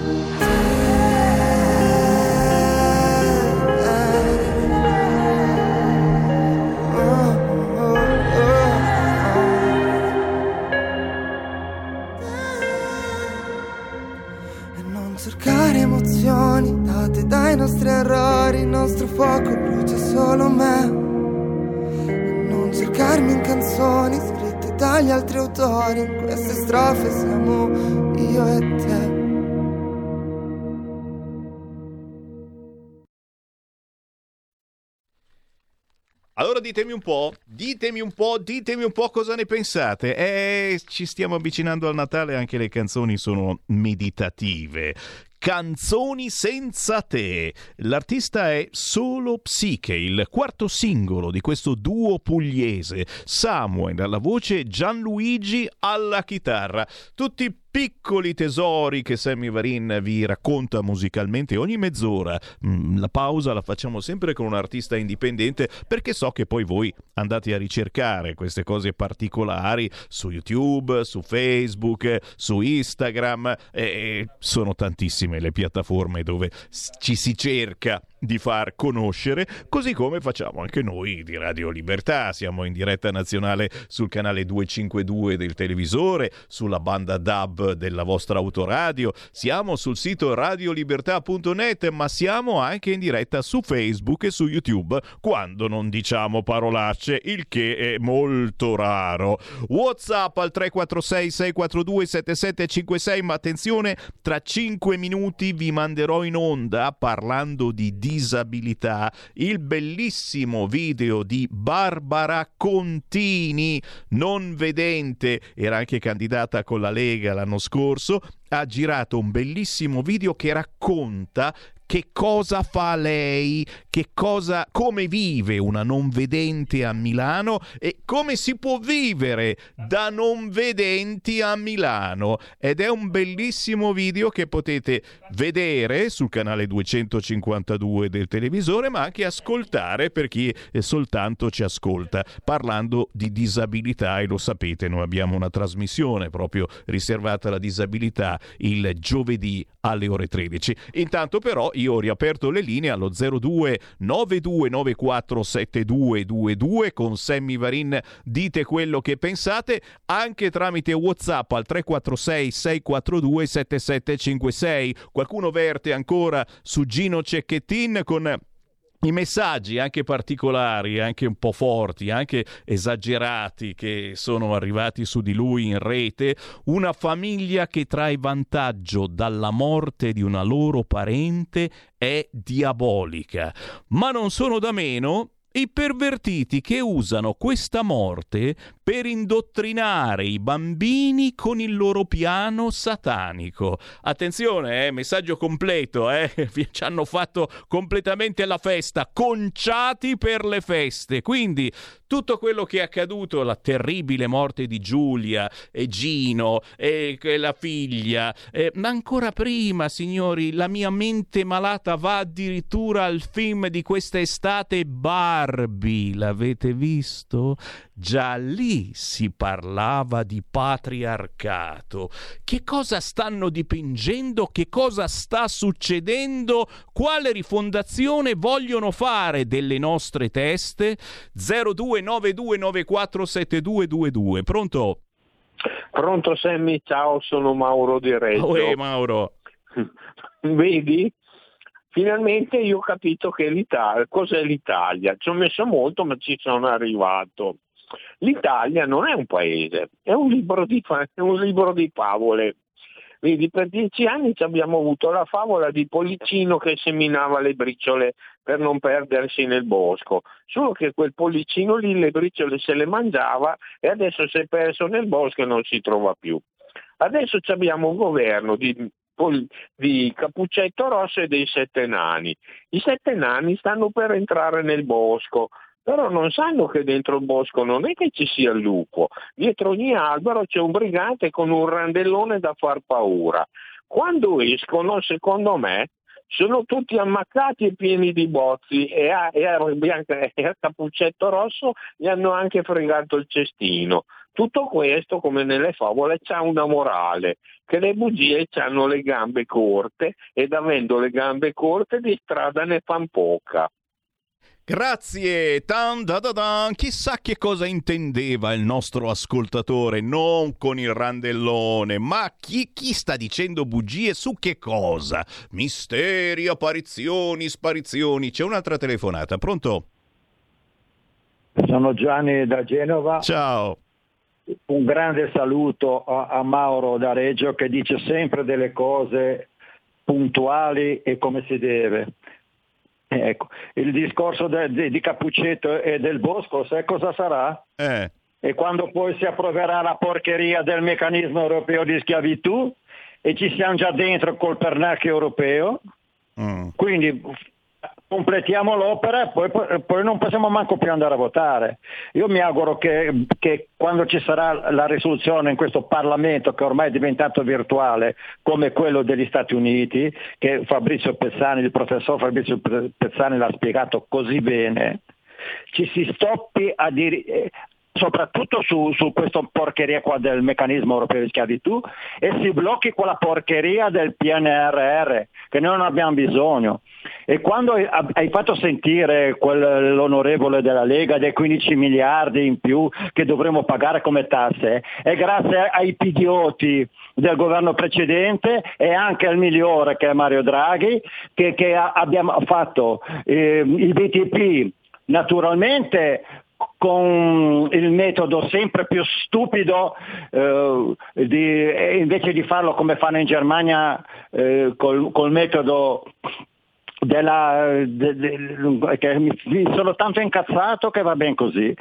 Cercare emozioni date dai nostri errori, il nostro fuoco brucia solo me. E non cercarmi in canzoni scritte dagli altri autori, in queste strofe siamo io e te. Allora ditemi un po', ditemi un po', ditemi un po' cosa ne pensate. Eh, ci stiamo avvicinando al Natale, anche le canzoni sono meditative. Canzoni senza te. L'artista è Solo Psiche, il quarto singolo di questo duo pugliese. Samuel alla voce, Gianluigi alla chitarra. Tutti piccoli tesori che Sammy Varin vi racconta musicalmente ogni mezz'ora. La pausa la facciamo sempre con un artista indipendente, perché so che poi voi andate a ricercare queste cose particolari su YouTube, su Facebook, su Instagram, e sono tantissime le piattaforme dove ci si cerca di far conoscere, così come facciamo anche noi di Radio Libertà. Siamo in diretta nazionale sul canale duecentocinquantadue del televisore, sulla banda D A B della vostra autoradio, siamo sul sito radiolibertà punto net, ma siamo anche in diretta su Facebook e su YouTube quando non diciamo parolacce, il che è molto raro. WhatsApp al tre quattro sei sei quattro due sette sette cinque sei, ma attenzione, tra cinque minuti vi manderò in onda, parlando di disabilità, il bellissimo video di Barbara Contini, non vedente, era anche candidata con la Lega l'anno scorso, ha girato un bellissimo video che racconta che cosa fa lei, che cosa, come vive una non vedente a Milano e come si può vivere da non vedenti a Milano. Ed è un bellissimo video che potete vedere sul canale duecentocinquantadue del televisore, ma anche ascoltare per chi soltanto ci ascolta, parlando di disabilità. E lo sapete, noi abbiamo una trasmissione proprio riservata alla disabilità il giovedì alle ore tredici. Intanto però io ho riaperto le linee allo zero due nove due nove quattro sette due due due con Sammy Varin. Dite quello che pensate anche tramite WhatsApp al tre quattro sei sei quattro due sette sette cinque sei. Qualcuno verte ancora su Gino Cecchettin con i messaggi anche particolari, anche un po' forti, anche esagerati, che sono arrivati su di lui in rete. Una famiglia che trae vantaggio dalla morte di una loro parente è diabolica, ma non sono da meno i pervertiti che usano questa morte per indottrinare i bambini con il loro piano satanico. Attenzione, eh, messaggio completo, eh, ci hanno fatto completamente la festa, conciati per le feste. Quindi tutto quello che è accaduto, la terribile morte di Giulia e Gino e la figlia, eh, ma ancora prima, signori, la mia mente malata va addirittura al film di questa estate, Barbie, l'avete visto? Già lì si parlava di patriarcato. Che cosa stanno dipingendo? Che cosa sta succedendo? Quale rifondazione vogliono fare delle nostre teste? zero due nove due nove quattro sette due due due. Pronto? Pronto Sammy, ciao, sono Mauro di Reggio. Oh, hey, Mauro. Vedi? Finalmente io ho capito che l'Italia, cos'è l'Italia? Ci ho messo molto, ma ci sono arrivato. L'Italia non è un paese, è un libro di, è un libro di favole. Vedi, per dieci anni abbiamo avuto la favola di Pollicino che seminava le briciole per non perdersi nel bosco, solo che quel Pollicino lì le briciole se le mangiava e adesso si è perso nel bosco e non si trova più. Adesso abbiamo un governo di, di Cappuccetto Rosso e dei Sette Nani. I Sette Nani stanno per entrare nel bosco, però non sanno che dentro il bosco non è che ci sia il lupo, dietro ogni albero c'è un brigante con un randellone da far paura. Quando escono, secondo me, sono tutti ammaccati e pieni di bozzi e a, e a, e a Cappuccetto Rosso gli hanno anche fregato il cestino. Tutto questo, come nelle favole, c'ha una morale, che le bugie hanno le gambe corte ed avendo le gambe corte di strada ne fan poca. Grazie, tan da da da. Chissà che cosa intendeva il nostro ascoltatore, non con il randellone, ma chi, chi sta dicendo bugie su che cosa? Misteri, apparizioni, sparizioni. C'è un'altra telefonata, pronto? Sono Gianni da Genova. Ciao. Un grande saluto a, a Mauro da Reggio, che dice sempre delle cose puntuali e come si deve. ecco, il discorso de, de, di Cappuccetto e del Bosco, sai cosa sarà? Eh. E quando poi si approverà la porcheria del meccanismo europeo di schiavitù e ci siamo già dentro col pernacchio europeo, mm. quindi completiamo l'opera e poi, poi non possiamo manco più andare a votare. Io mi auguro che, che quando ci sarà la risoluzione in questo Parlamento, che ormai è diventato virtuale come quello degli Stati Uniti, che Fabrizio Pezzani, il professor Fabrizio Pezzani l'ha spiegato così bene, ci si stoppi a dire, soprattutto su, su questa porcheria qua del meccanismo europeo di schiavitù, e si blocchi quella porcheria del P N R R che noi non abbiamo bisogno. E quando hai fatto sentire quel, l'onorevole della Lega dei quindici miliardi in più che dovremo pagare come tasse, è grazie ai pidioti del governo precedente e anche al migliore che è Mario Draghi che, che abbiamo fatto eh, il B T P naturalmente con il metodo sempre più stupido eh, di, invece di farlo come fanno in Germania eh, col, col metodo della de, de, che mi, mi sono tanto incazzato che va ben così.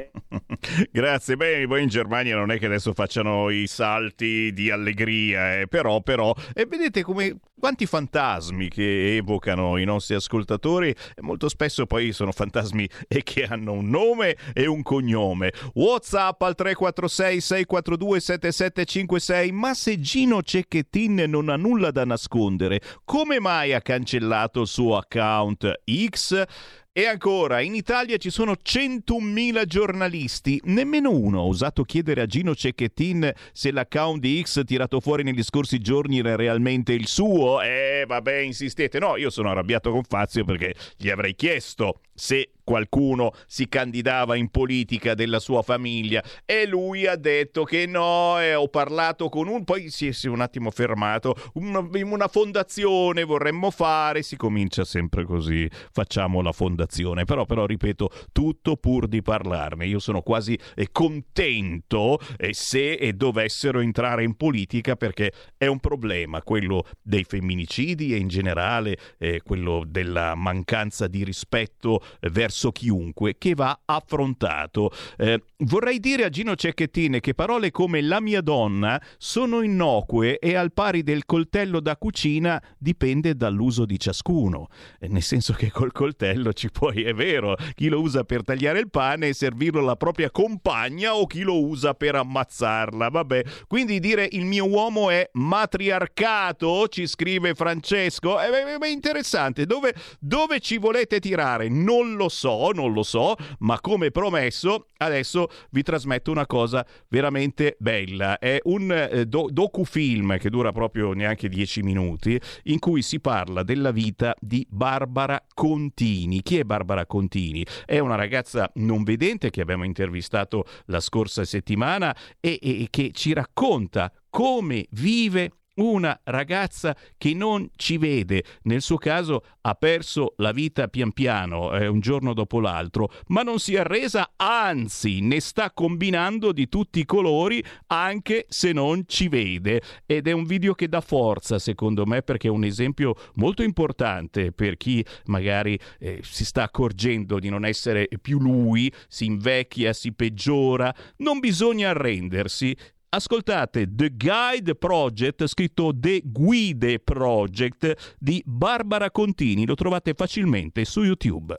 Grazie. Beh, voi in Germania non è che adesso facciano i salti di allegria, eh, però però e vedete come quanti fantasmi che evocano i nostri ascoltatori, e molto spesso poi sono fantasmi e che hanno un nome e un cognome. WhatsApp al tre quattro sei sei quattro due sette sette cinque sei. Ma se Gino Cecchettin non ha nulla da nascondere, come mai ha cancellato il suo account X? E ancora, in Italia ci sono centomila giornalisti, nemmeno uno ha osato chiedere a Gino Cecchettin se l'account di X tirato fuori negli scorsi giorni era realmente il suo. Eh, vabbè, insistete. No, io sono arrabbiato con Fazio perché gli avrei chiesto se qualcuno si candidava in politica della sua famiglia e lui ha detto che no, e ho parlato con un, poi si è, si è un attimo fermato, una, una fondazione vorremmo fare, si comincia sempre così, facciamo la fondazione, però, però ripeto, tutto pur di parlarne. Io sono quasi eh, contento eh, se eh, dovessero entrare in politica, perché è un problema quello dei femminicidi e in generale eh, quello della mancanza di rispetto verso chiunque, che va affrontato. Eh, vorrei dire a Gino Cecchettin che parole come la mia donna sono innocue e al pari del coltello da cucina dipende dall'uso di ciascuno, eh, nel senso che col coltello ci puoi, è vero, chi lo usa per tagliare il pane e servirlo alla propria compagna o chi lo usa per ammazzarla, vabbè. Quindi dire il mio uomo è matriarcato, ci scrive Francesco, è, è, è interessante. Dove, dove ci volete tirare? Non lo so, non lo so, ma come promesso adesso vi trasmetto una cosa veramente bella. È un eh, do- docufilm che dura proprio neanche dieci minuti, in cui si parla della vita di Barbara Contini. Chi è Barbara Contini? È una ragazza non vedente che abbiamo intervistato la scorsa settimana e, e che ci racconta come vive una ragazza che non ci vede. Nel suo caso ha perso la vita pian piano, eh, un giorno dopo l'altro, ma non si è arresa, anzi ne sta combinando di tutti i colori anche se non ci vede. Ed è un video che dà forza, secondo me, perché è un esempio molto importante per chi magari eh, si sta accorgendo di non essere più lui, si invecchia, si peggiora. Non bisogna arrendersi. Ascoltate The Guide Project, scritto The Guide Project, di Barbara Contini. Lo trovate facilmente su YouTube.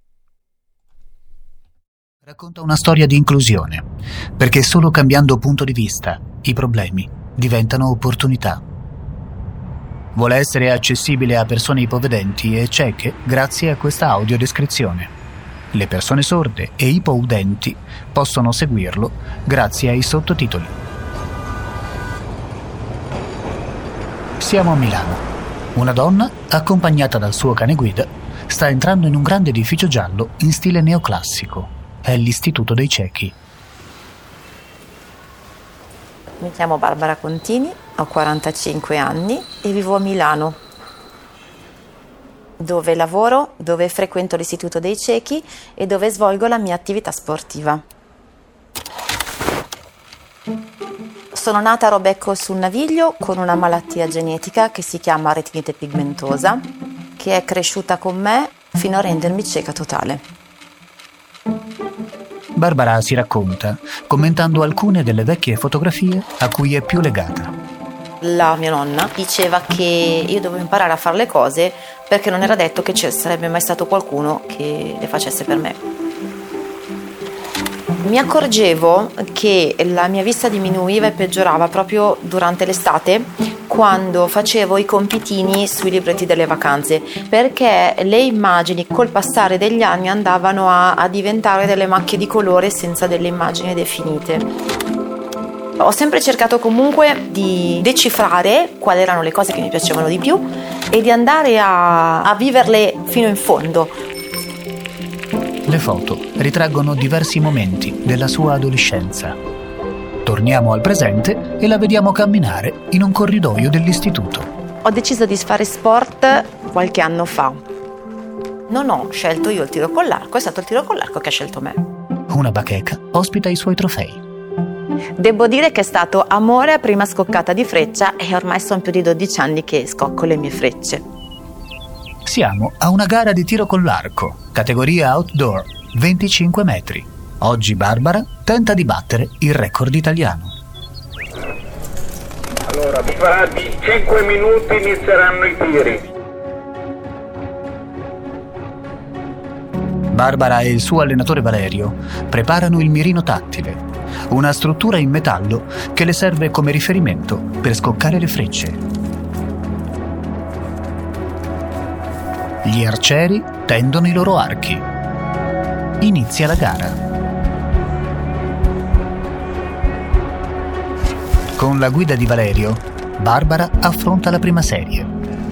Racconta una storia di inclusione, perché solo cambiando punto di vista i problemi diventano opportunità. Vuole essere accessibile a persone ipovedenti e cieche grazie a questa audiodescrizione. Le persone sorde e ipoudenti possono seguirlo grazie ai sottotitoli. Siamo a Milano. Una donna, accompagnata dal suo cane guida, sta entrando in un grande edificio giallo in stile neoclassico. È l'Istituto dei Ciechi. Mi chiamo Barbara Contini, ho quarantacinque anni e vivo a Milano, dove lavoro, dove frequento l'Istituto dei Ciechi e dove svolgo la mia attività sportiva. Sono nata a Robecco sul Naviglio con una malattia genetica che si chiama retinite pigmentosa, che è cresciuta con me fino a rendermi cieca totale. Barbara si racconta, commentando alcune delle vecchie fotografie a cui è più legata. La mia nonna diceva che io dovevo imparare a fare le cose perché non era detto che ci sarebbe mai stato qualcuno che le facesse per me. Mi accorgevo che la mia vista diminuiva e peggiorava proprio durante l'estate, quando facevo i compitini sui libretti delle vacanze, perché le immagini col passare degli anni andavano a, a diventare delle macchie di colore senza delle immagini definite. Ho sempre cercato comunque di decifrare quali erano le cose che mi piacevano di più e di andare a, a viverle fino in fondo. Le foto ritraggono diversi momenti della sua adolescenza. Torniamo al presente e la vediamo camminare in un corridoio dell'istituto. Ho deciso di fare sport qualche anno fa. Non ho scelto io il tiro con l'arco, è stato il tiro con l'arco che ha scelto me. Una bacheca ospita i suoi trofei. Devo dire che è stato amore a prima scoccata di freccia e ormai sono più di dodici anni che scocco le mie frecce. Siamo a una gara di tiro con l'arco, categoria outdoor, venticinque metri. Oggi Barbara tenta di battere il record italiano. Allora, fra di cinque minuti inizieranno i tiri. Barbara e il suo allenatore Valerio preparano il mirino tattile, una struttura in metallo che le serve come riferimento per scoccare le frecce. Gli arcieri tendono i loro archi. Inizia la gara. Con la guida di Valerio, Barbara affronta la prima serie.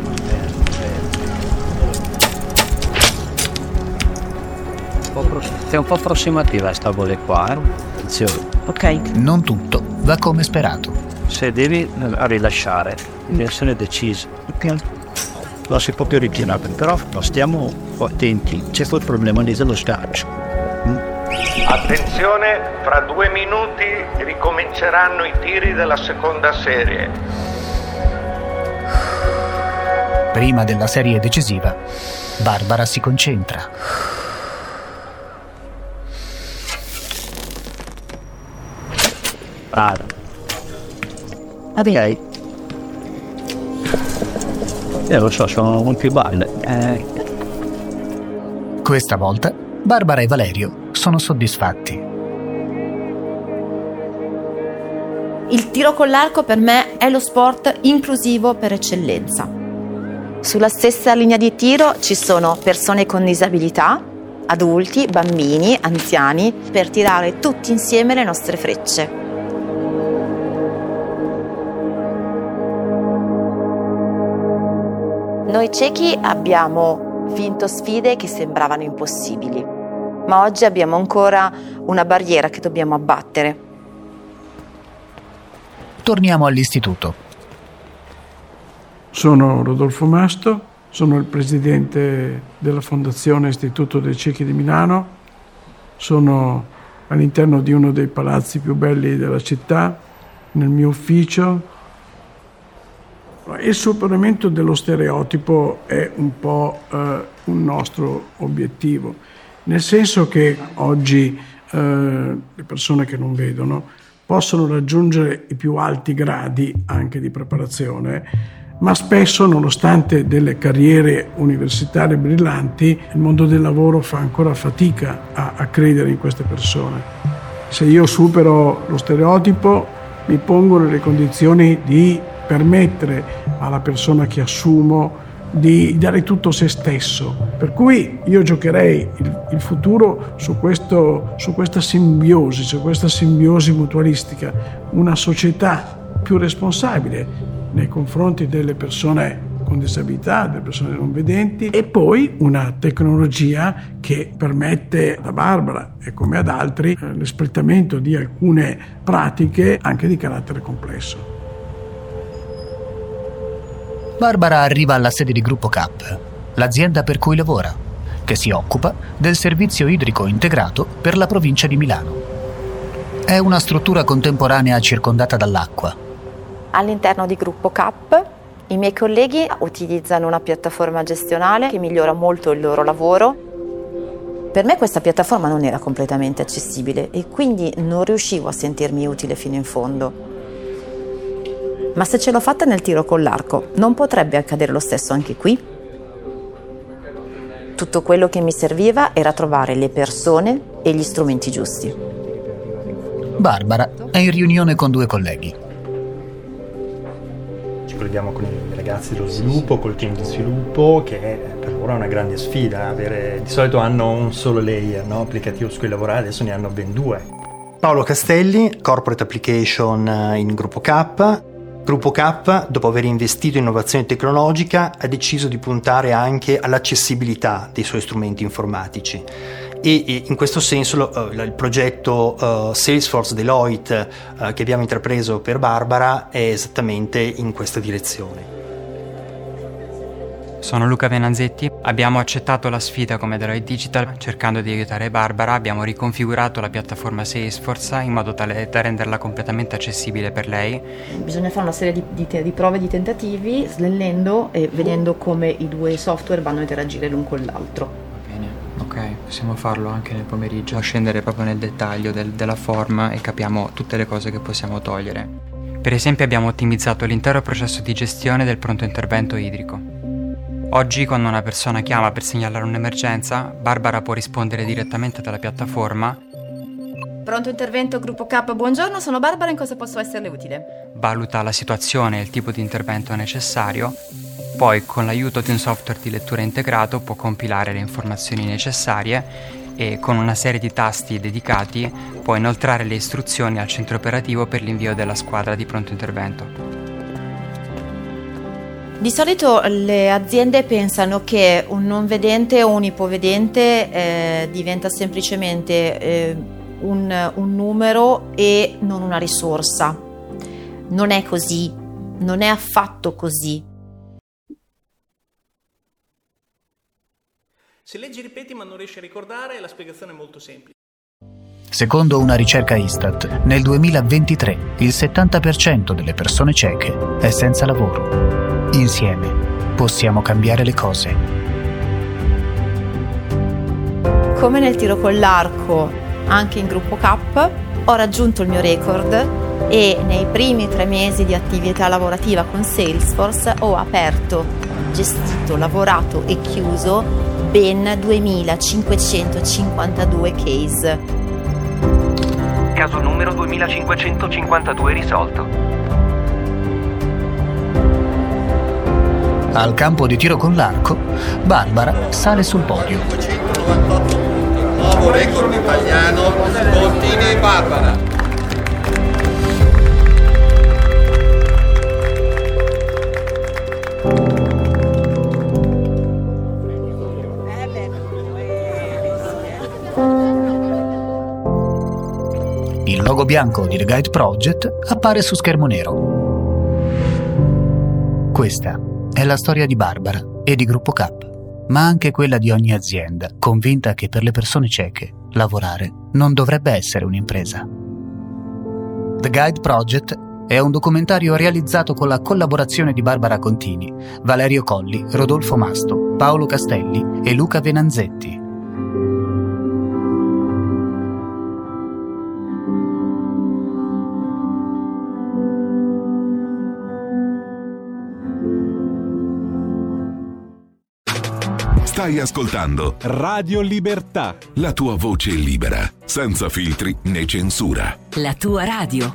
È un po' approssimativa sta bolla qua, eh? Attenzione. Ok. Non tutto va come sperato. Se devi rilasciare, devi essere deciso. Ok. La si può più ritirare, però stiamo attenti, c'è il problema lì dello scaccio. Mm? Attenzione, fra due minuti ricominceranno i tiri della seconda serie. Prima della serie decisiva, Barbara si concentra. Vada. Ok. Eh, lo so, sono molto più balle. Eh. Questa volta Barbara e Valerio sono soddisfatti. Il tiro con l'arco per me è lo sport inclusivo per eccellenza. Sulla stessa linea di tiro ci sono persone con disabilità, adulti, bambini, anziani, per tirare tutti insieme le nostre frecce. Noi ciechi abbiamo vinto sfide che sembravano impossibili, ma oggi abbiamo ancora una barriera che dobbiamo abbattere. Torniamo all'istituto. Sono Rodolfo Masto, sono il presidente della Fondazione Istituto dei Ciechi di Milano, sono all'interno di uno dei palazzi più belli della città, nel mio ufficio. Il superamento dello stereotipo è un po' eh, un nostro obiettivo, nel senso che oggi eh, le persone che non vedono possono raggiungere i più alti gradi anche di preparazione, ma spesso, nonostante delle carriere universitarie brillanti, il mondo del lavoro fa ancora fatica a, a credere in queste persone. Se io supero lo stereotipo, mi pongo nelle condizioni di permettere alla persona che assumo di dare tutto se stesso. Per cui io giocherei il, il futuro su, questo, su questa simbiosi, su questa simbiosi mutualistica, una società più responsabile nei confronti delle persone con disabilità, delle persone non vedenti, e poi una tecnologia che permette a Barbara e come ad altri eh, l'espletamento di alcune pratiche anche di carattere complesso. Barbara arriva alla sede di Gruppo Cap, l'azienda per cui lavora, che si occupa del servizio idrico integrato per la provincia di Milano. È una struttura contemporanea circondata dall'acqua. All'interno di Gruppo Cap I miei colleghi utilizzano una piattaforma gestionale che migliora molto il loro lavoro. Per me questa piattaforma non era completamente accessibile e quindi non riuscivo a sentirmi utile fino in fondo. Ma se ce l'ho fatta nel tiro con l'arco, non potrebbe accadere lo stesso anche qui? Tutto quello che mi serviva era trovare le persone e gli strumenti giusti. Barbara è in riunione con due colleghi. Ci colleghiamo con i ragazzi dello sviluppo, col team di sviluppo, che per loro è una grande sfida. Avere, di solito hanno un solo layer, no, applicativo su cui lavorare, adesso ne hanno ben due. Paolo Castelli, Corporate Application in Gruppo K. Gruppo K, dopo aver investito in innovazione tecnologica, ha deciso di puntare anche all'accessibilità dei suoi strumenti informatici. E, e in questo senso uh, il progetto uh, Salesforce Deloitte uh, che abbiamo intrapreso per Barbara è esattamente in questa direzione. Sono Luca Venanzetti, abbiamo accettato la sfida come Deloitte Digital cercando di aiutare Barbara, abbiamo riconfigurato la piattaforma Salesforce in modo tale da renderla completamente accessibile per lei. Bisogna fare una serie di, di, di prove, di tentativi, snellendo e vedendo come i due software vanno a interagire l'un con l'altro. Ok, possiamo farlo anche nel pomeriggio, scendere proprio nel dettaglio del, della forma e capiamo tutte le cose che possiamo togliere. Per esempio abbiamo ottimizzato l'intero processo di gestione del pronto intervento idrico. Oggi quando una persona chiama per segnalare un'emergenza, Barbara può rispondere direttamente dalla piattaforma. Pronto intervento Gruppo K, buongiorno, sono Barbara, in cosa posso esserle utile? Valuta la situazione e il tipo di intervento necessario. Poi, con l'aiuto di un software di lettura integrato, può compilare le informazioni necessarie e, con una serie di tasti dedicati, può inoltrare le istruzioni al centro operativo per l'invio della squadra di pronto intervento. Di solito le aziende pensano che un non vedente o un ipovedente eh, diventa semplicemente eh, un, un numero e non una risorsa. Non è così, non è affatto così. Se leggi ripeti ma non riesci a ricordare, la spiegazione è molto semplice. Secondo una ricerca Istat, nel duemilaventitré il settanta per cento delle persone cieche è senza lavoro. Insieme possiamo cambiare le cose. Come nel tiro con l'arco, anche in Gruppo K, ho raggiunto il mio record e nei primi tre mesi di attività lavorativa con Salesforce ho aperto, gestito, lavorato e chiuso ben duemilacinquecentocinquantadue case. Caso numero duemilacinquecentocinquantadue risolto. Al campo di tiro con l'arco, Barbara sale sul podio. Nuovo record italiano, Bottini e Barbara. Il logo bianco di The Guide Project appare su schermo nero. Questa è la storia di Barbara e di Gruppo K, ma anche quella di ogni azienda convinta che per le persone cieche lavorare non dovrebbe essere un'impresa. The Guide Project è un documentario realizzato con la collaborazione di Barbara Contini, Valerio Colli, Rodolfo Masto, Paolo Castelli e Luca Venanzetti. Stai ascoltando Radio Libertà. La tua voce libera, senza filtri né censura. La tua radio.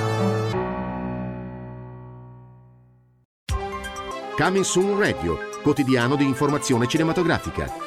Coming Soon Radio, quotidiano di informazione cinematografica.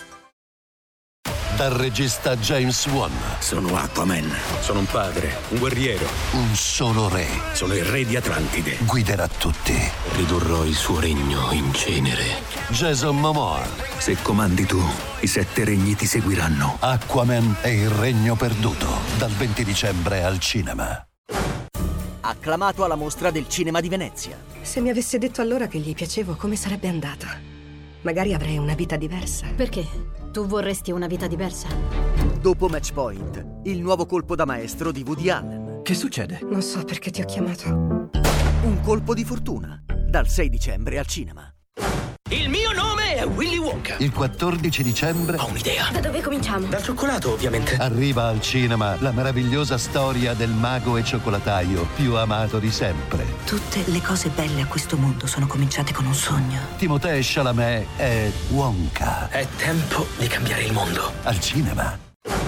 Dal regista James Wan. Sono Aquaman. Sono un padre, un guerriero. Un solo re. Sono il re di Atlantide. Guiderà tutti. Ridurrò il suo regno in cenere. Jason Momoa. Se comandi tu, i sette regni ti seguiranno. Aquaman e il regno perduto. Dal venti dicembre al cinema. Acclamato alla mostra del cinema di Venezia. Se mi avesse detto allora che gli piacevo, come sarebbe andata? Magari avrei una vita diversa. Perché? Tu vorresti una vita diversa? Dopo Match Point, il nuovo colpo da maestro di Woody Allen. Che succede? Non so perché ti ho chiamato. Un colpo di fortuna. dal sei dicembre al cinema. Il mio nome è Willy Wonka. Il quattordici dicembre... Ho un'idea. Da dove cominciamo? Dal cioccolato, ovviamente. Arriva al cinema la meravigliosa storia del mago e cioccolataio più amato di sempre. Tutte le cose belle a questo mondo sono cominciate con un sogno. Timothée Chalamet è Wonka. È tempo di cambiare il mondo. Al cinema.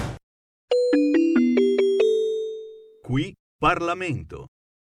Qui Parlamento.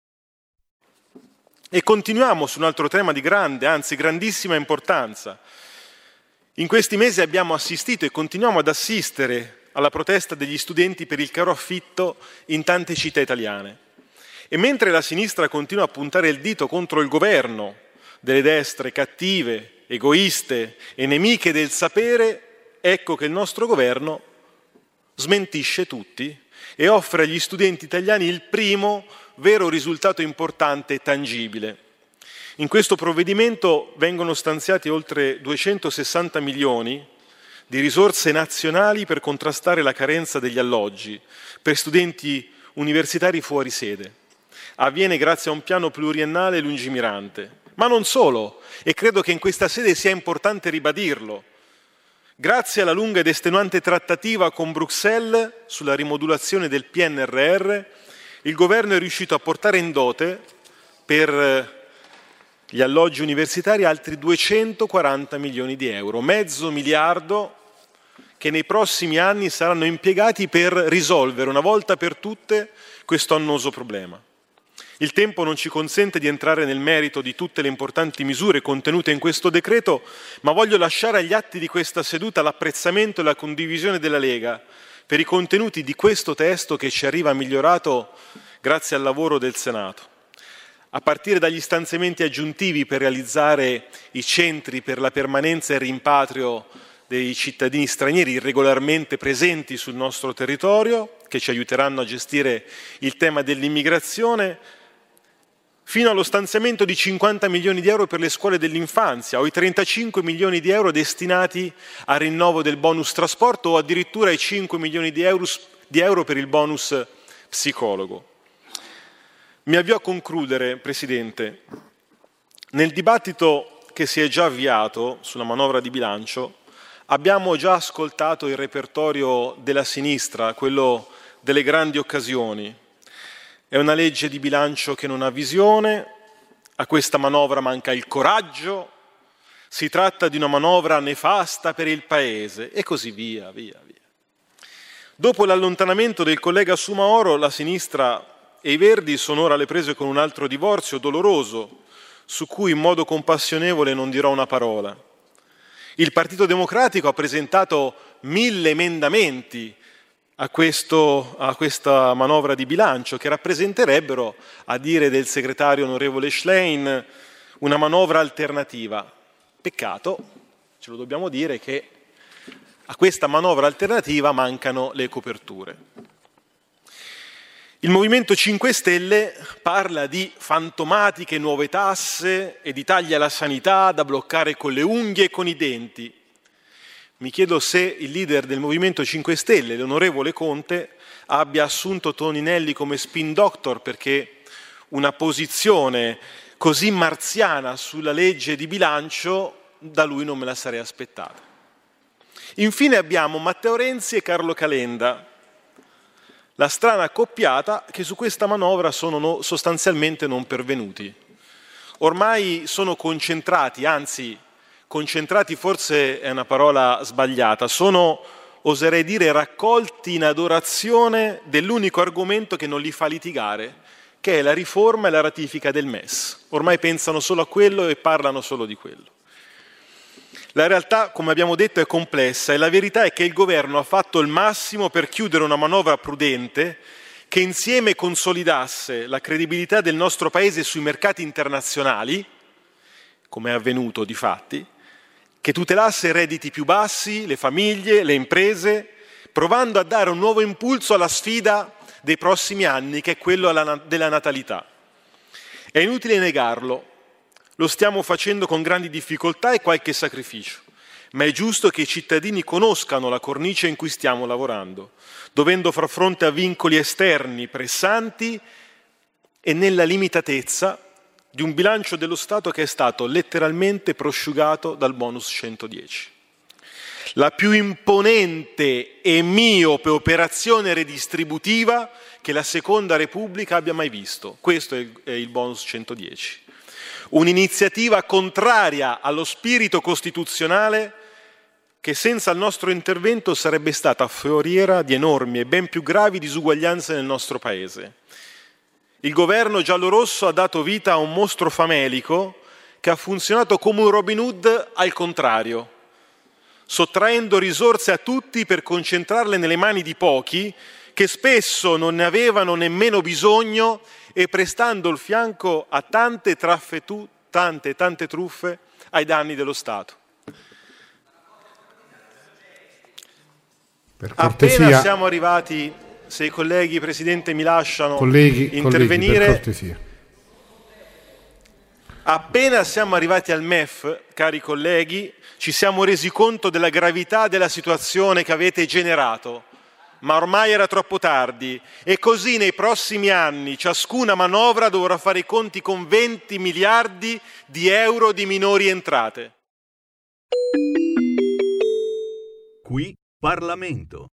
E continuiamo su un altro tema di grande, anzi grandissima importanza. In questi mesi abbiamo assistito e continuiamo ad assistere alla protesta degli studenti per il caro affitto in tante città italiane. E mentre la sinistra continua a puntare il dito contro il governo delle destre cattive, egoiste e nemiche del sapere, ecco che il nostro governo smentisce tutti e offre agli studenti italiani il primo vero risultato importante e tangibile. In questo provvedimento vengono stanziati oltre duecentosessanta milioni di risorse nazionali per contrastare la carenza degli alloggi per studenti universitari fuori sede. Avviene grazie a un piano pluriennale lungimirante. Ma non solo, e credo che in questa sede sia importante ribadirlo. Grazie alla lunga ed estenuante trattativa con Bruxelles sulla rimodulazione del P N R R, il governo è riuscito a portare in dote per gli alloggi universitari altri duecentoquaranta milioni di euro, mezzo miliardo che nei prossimi anni saranno impiegati per risolvere una volta per tutte questo annoso problema. Il tempo non ci consente di entrare nel merito di tutte le importanti misure contenute in questo decreto, ma voglio lasciare agli atti di questa seduta l'apprezzamento e la condivisione della Lega per i contenuti di questo testo che ci arriva migliorato grazie al lavoro del Senato, a partire dagli stanziamenti aggiuntivi per realizzare i centri per la permanenza e il rimpatrio dei cittadini stranieri irregolarmente presenti sul nostro territorio, che ci aiuteranno a gestire il tema dell'immigrazione, fino allo stanziamento di cinquanta milioni di euro per le scuole dell'infanzia o i trentacinque milioni di euro destinati al rinnovo del bonus trasporto o addirittura i cinque milioni di euro, di euro per il bonus psicologo. Mi avvio a concludere, Presidente. Nel dibattito che si è già avviato sulla manovra di bilancio abbiamo già ascoltato il repertorio della sinistra, quello delle grandi occasioni. È una legge di bilancio che non ha visione, a questa manovra manca il coraggio, si tratta di una manovra nefasta per il Paese e così via, via, via. Dopo l'allontanamento del collega Soumahoro, la sinistra e i Verdi sono ora alle prese con un altro divorzio doloroso, su cui in modo compassionevole non dirò una parola. Il Partito Democratico ha presentato mille emendamenti a, questo, a questa manovra di bilancio che rappresenterebbero, a dire del segretario onorevole Schlein, una manovra alternativa. Peccato, ce lo dobbiamo dire, che a questa manovra alternativa mancano le coperture. Il Movimento cinque Stelle parla di fantomatiche nuove tasse e di tagli alla sanità da bloccare con le unghie e con i denti. Mi chiedo se il leader del Movimento cinque Stelle, l'onorevole Conte, abbia assunto Toninelli come spin doctor, perché una posizione così marziana sulla legge di bilancio da lui non me la sarei aspettata. Infine abbiamo Matteo Renzi e Carlo Calenda, la strana accoppiata che su questa manovra sono no, sostanzialmente non pervenuti. Ormai sono concentrati, anzi concentrati forse è una parola sbagliata, sono, oserei dire, raccolti in adorazione dell'unico argomento che non li fa litigare, che è la riforma e la ratifica del M E S. Ormai pensano solo a quello e parlano solo di quello. La realtà, come abbiamo detto, è complessa e la verità è che il governo ha fatto il massimo per chiudere una manovra prudente che insieme consolidasse la credibilità del nostro Paese sui mercati internazionali, come è avvenuto di fatti, che tutelasse i redditi più bassi, le famiglie, le imprese, provando a dare un nuovo impulso alla sfida dei prossimi anni, che è quello della natalità. È inutile negarlo. Lo stiamo facendo con grandi difficoltà e qualche sacrificio, ma è giusto che i cittadini conoscano la cornice in cui stiamo lavorando, dovendo far fronte a vincoli esterni pressanti e nella limitatezza di un bilancio dello Stato che è stato letteralmente prosciugato dal bonus centodieci. La più imponente e miope operazione redistributiva che la Seconda Repubblica abbia mai visto. Questo è il bonus centodieci. Un'iniziativa contraria allo spirito costituzionale che senza il nostro intervento sarebbe stata foriera di enormi e ben più gravi disuguaglianze nel nostro Paese. Il governo giallorosso ha dato vita a un mostro famelico che ha funzionato come un Robin Hood al contrario, sottraendo risorse a tutti per concentrarle nelle mani di pochi che spesso non ne avevano nemmeno bisogno e prestando il fianco a tante traffetu, tante, tante truffe ai danni dello Stato. Per cortesia, appena siamo arrivati, se i colleghi, Presidente, mi lasciano colleghi, intervenire, colleghi, per cortesia. Appena siamo arrivati al M E F, cari colleghi, ci siamo resi conto della gravità della situazione che avete generato, ma ormai era troppo tardi e così nei prossimi anni ciascuna manovra dovrà fare i conti con venti miliardi di euro di minori entrate. Qui Parlamento.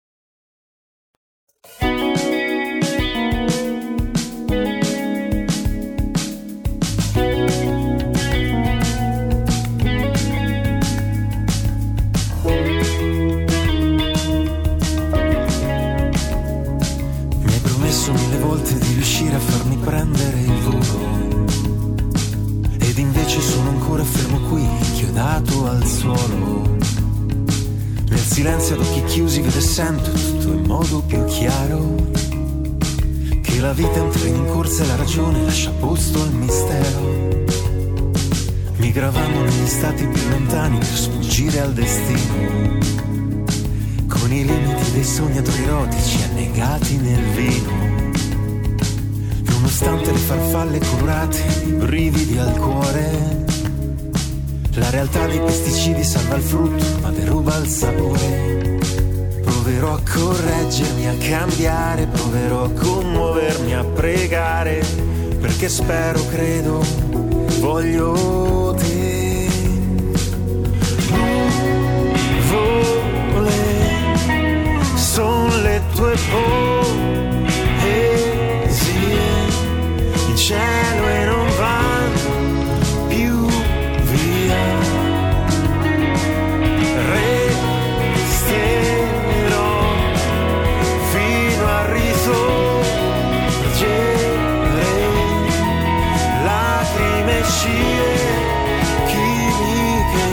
Mille volte di riuscire a farmi prendere il volo ed invece sono ancora fermo qui, inchiodato al suolo. Nel silenzio ad occhi chiusi vedo e sento tutto in modo più chiaro, che la vita è un treno in corsa e la ragione lascia posto al mistero. Mi gravando negli stati più lontani per sfuggire al destino, con i limiti dei sognatori erotici annegati nel vino. Nonostante le farfalle colorate, i brividi al cuore, la realtà dei pesticidi salva il frutto ma deruba il sapore. Proverò a correggermi, a cambiare, proverò a commuovermi, a pregare, perché spero, credo, voglio te. Nuvole son le tue poesie, il cielo e non vanno più via. Resterò fino a risorgere, lacrime scie chimiche.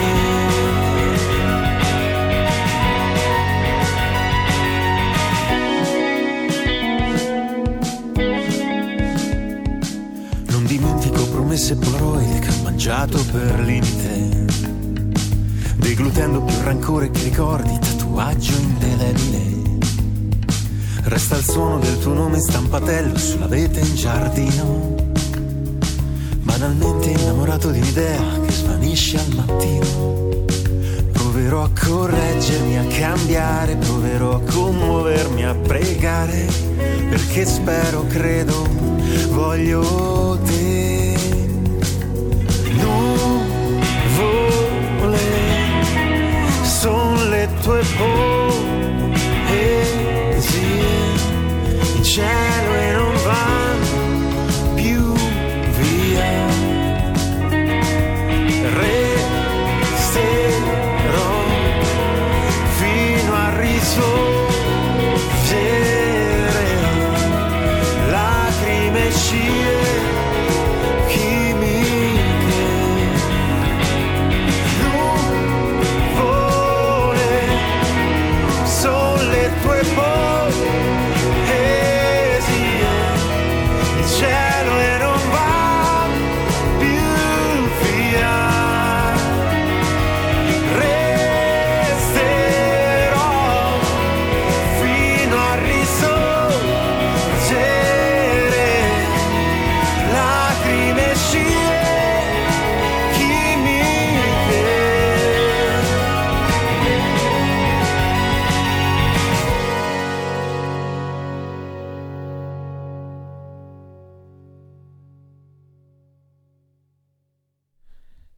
Promesse polaroid che ho mangiato per limite, deglutendo più rancore che ricordi, tatuaggio indelebile. Resta il suono del tuo nome in stampatello sulla vete in giardino, banalmente innamorato di un'idea che svanisce al mattino. Proverò a correggermi, a cambiare, proverò a commuovermi, a pregare, perché spero, credo, voglio te. Nuvole son le tue poesie, in cielo e non vanno più via. Resterò fino a risorgere, lacrime scie chimiche. Nuvole son le tue poesie,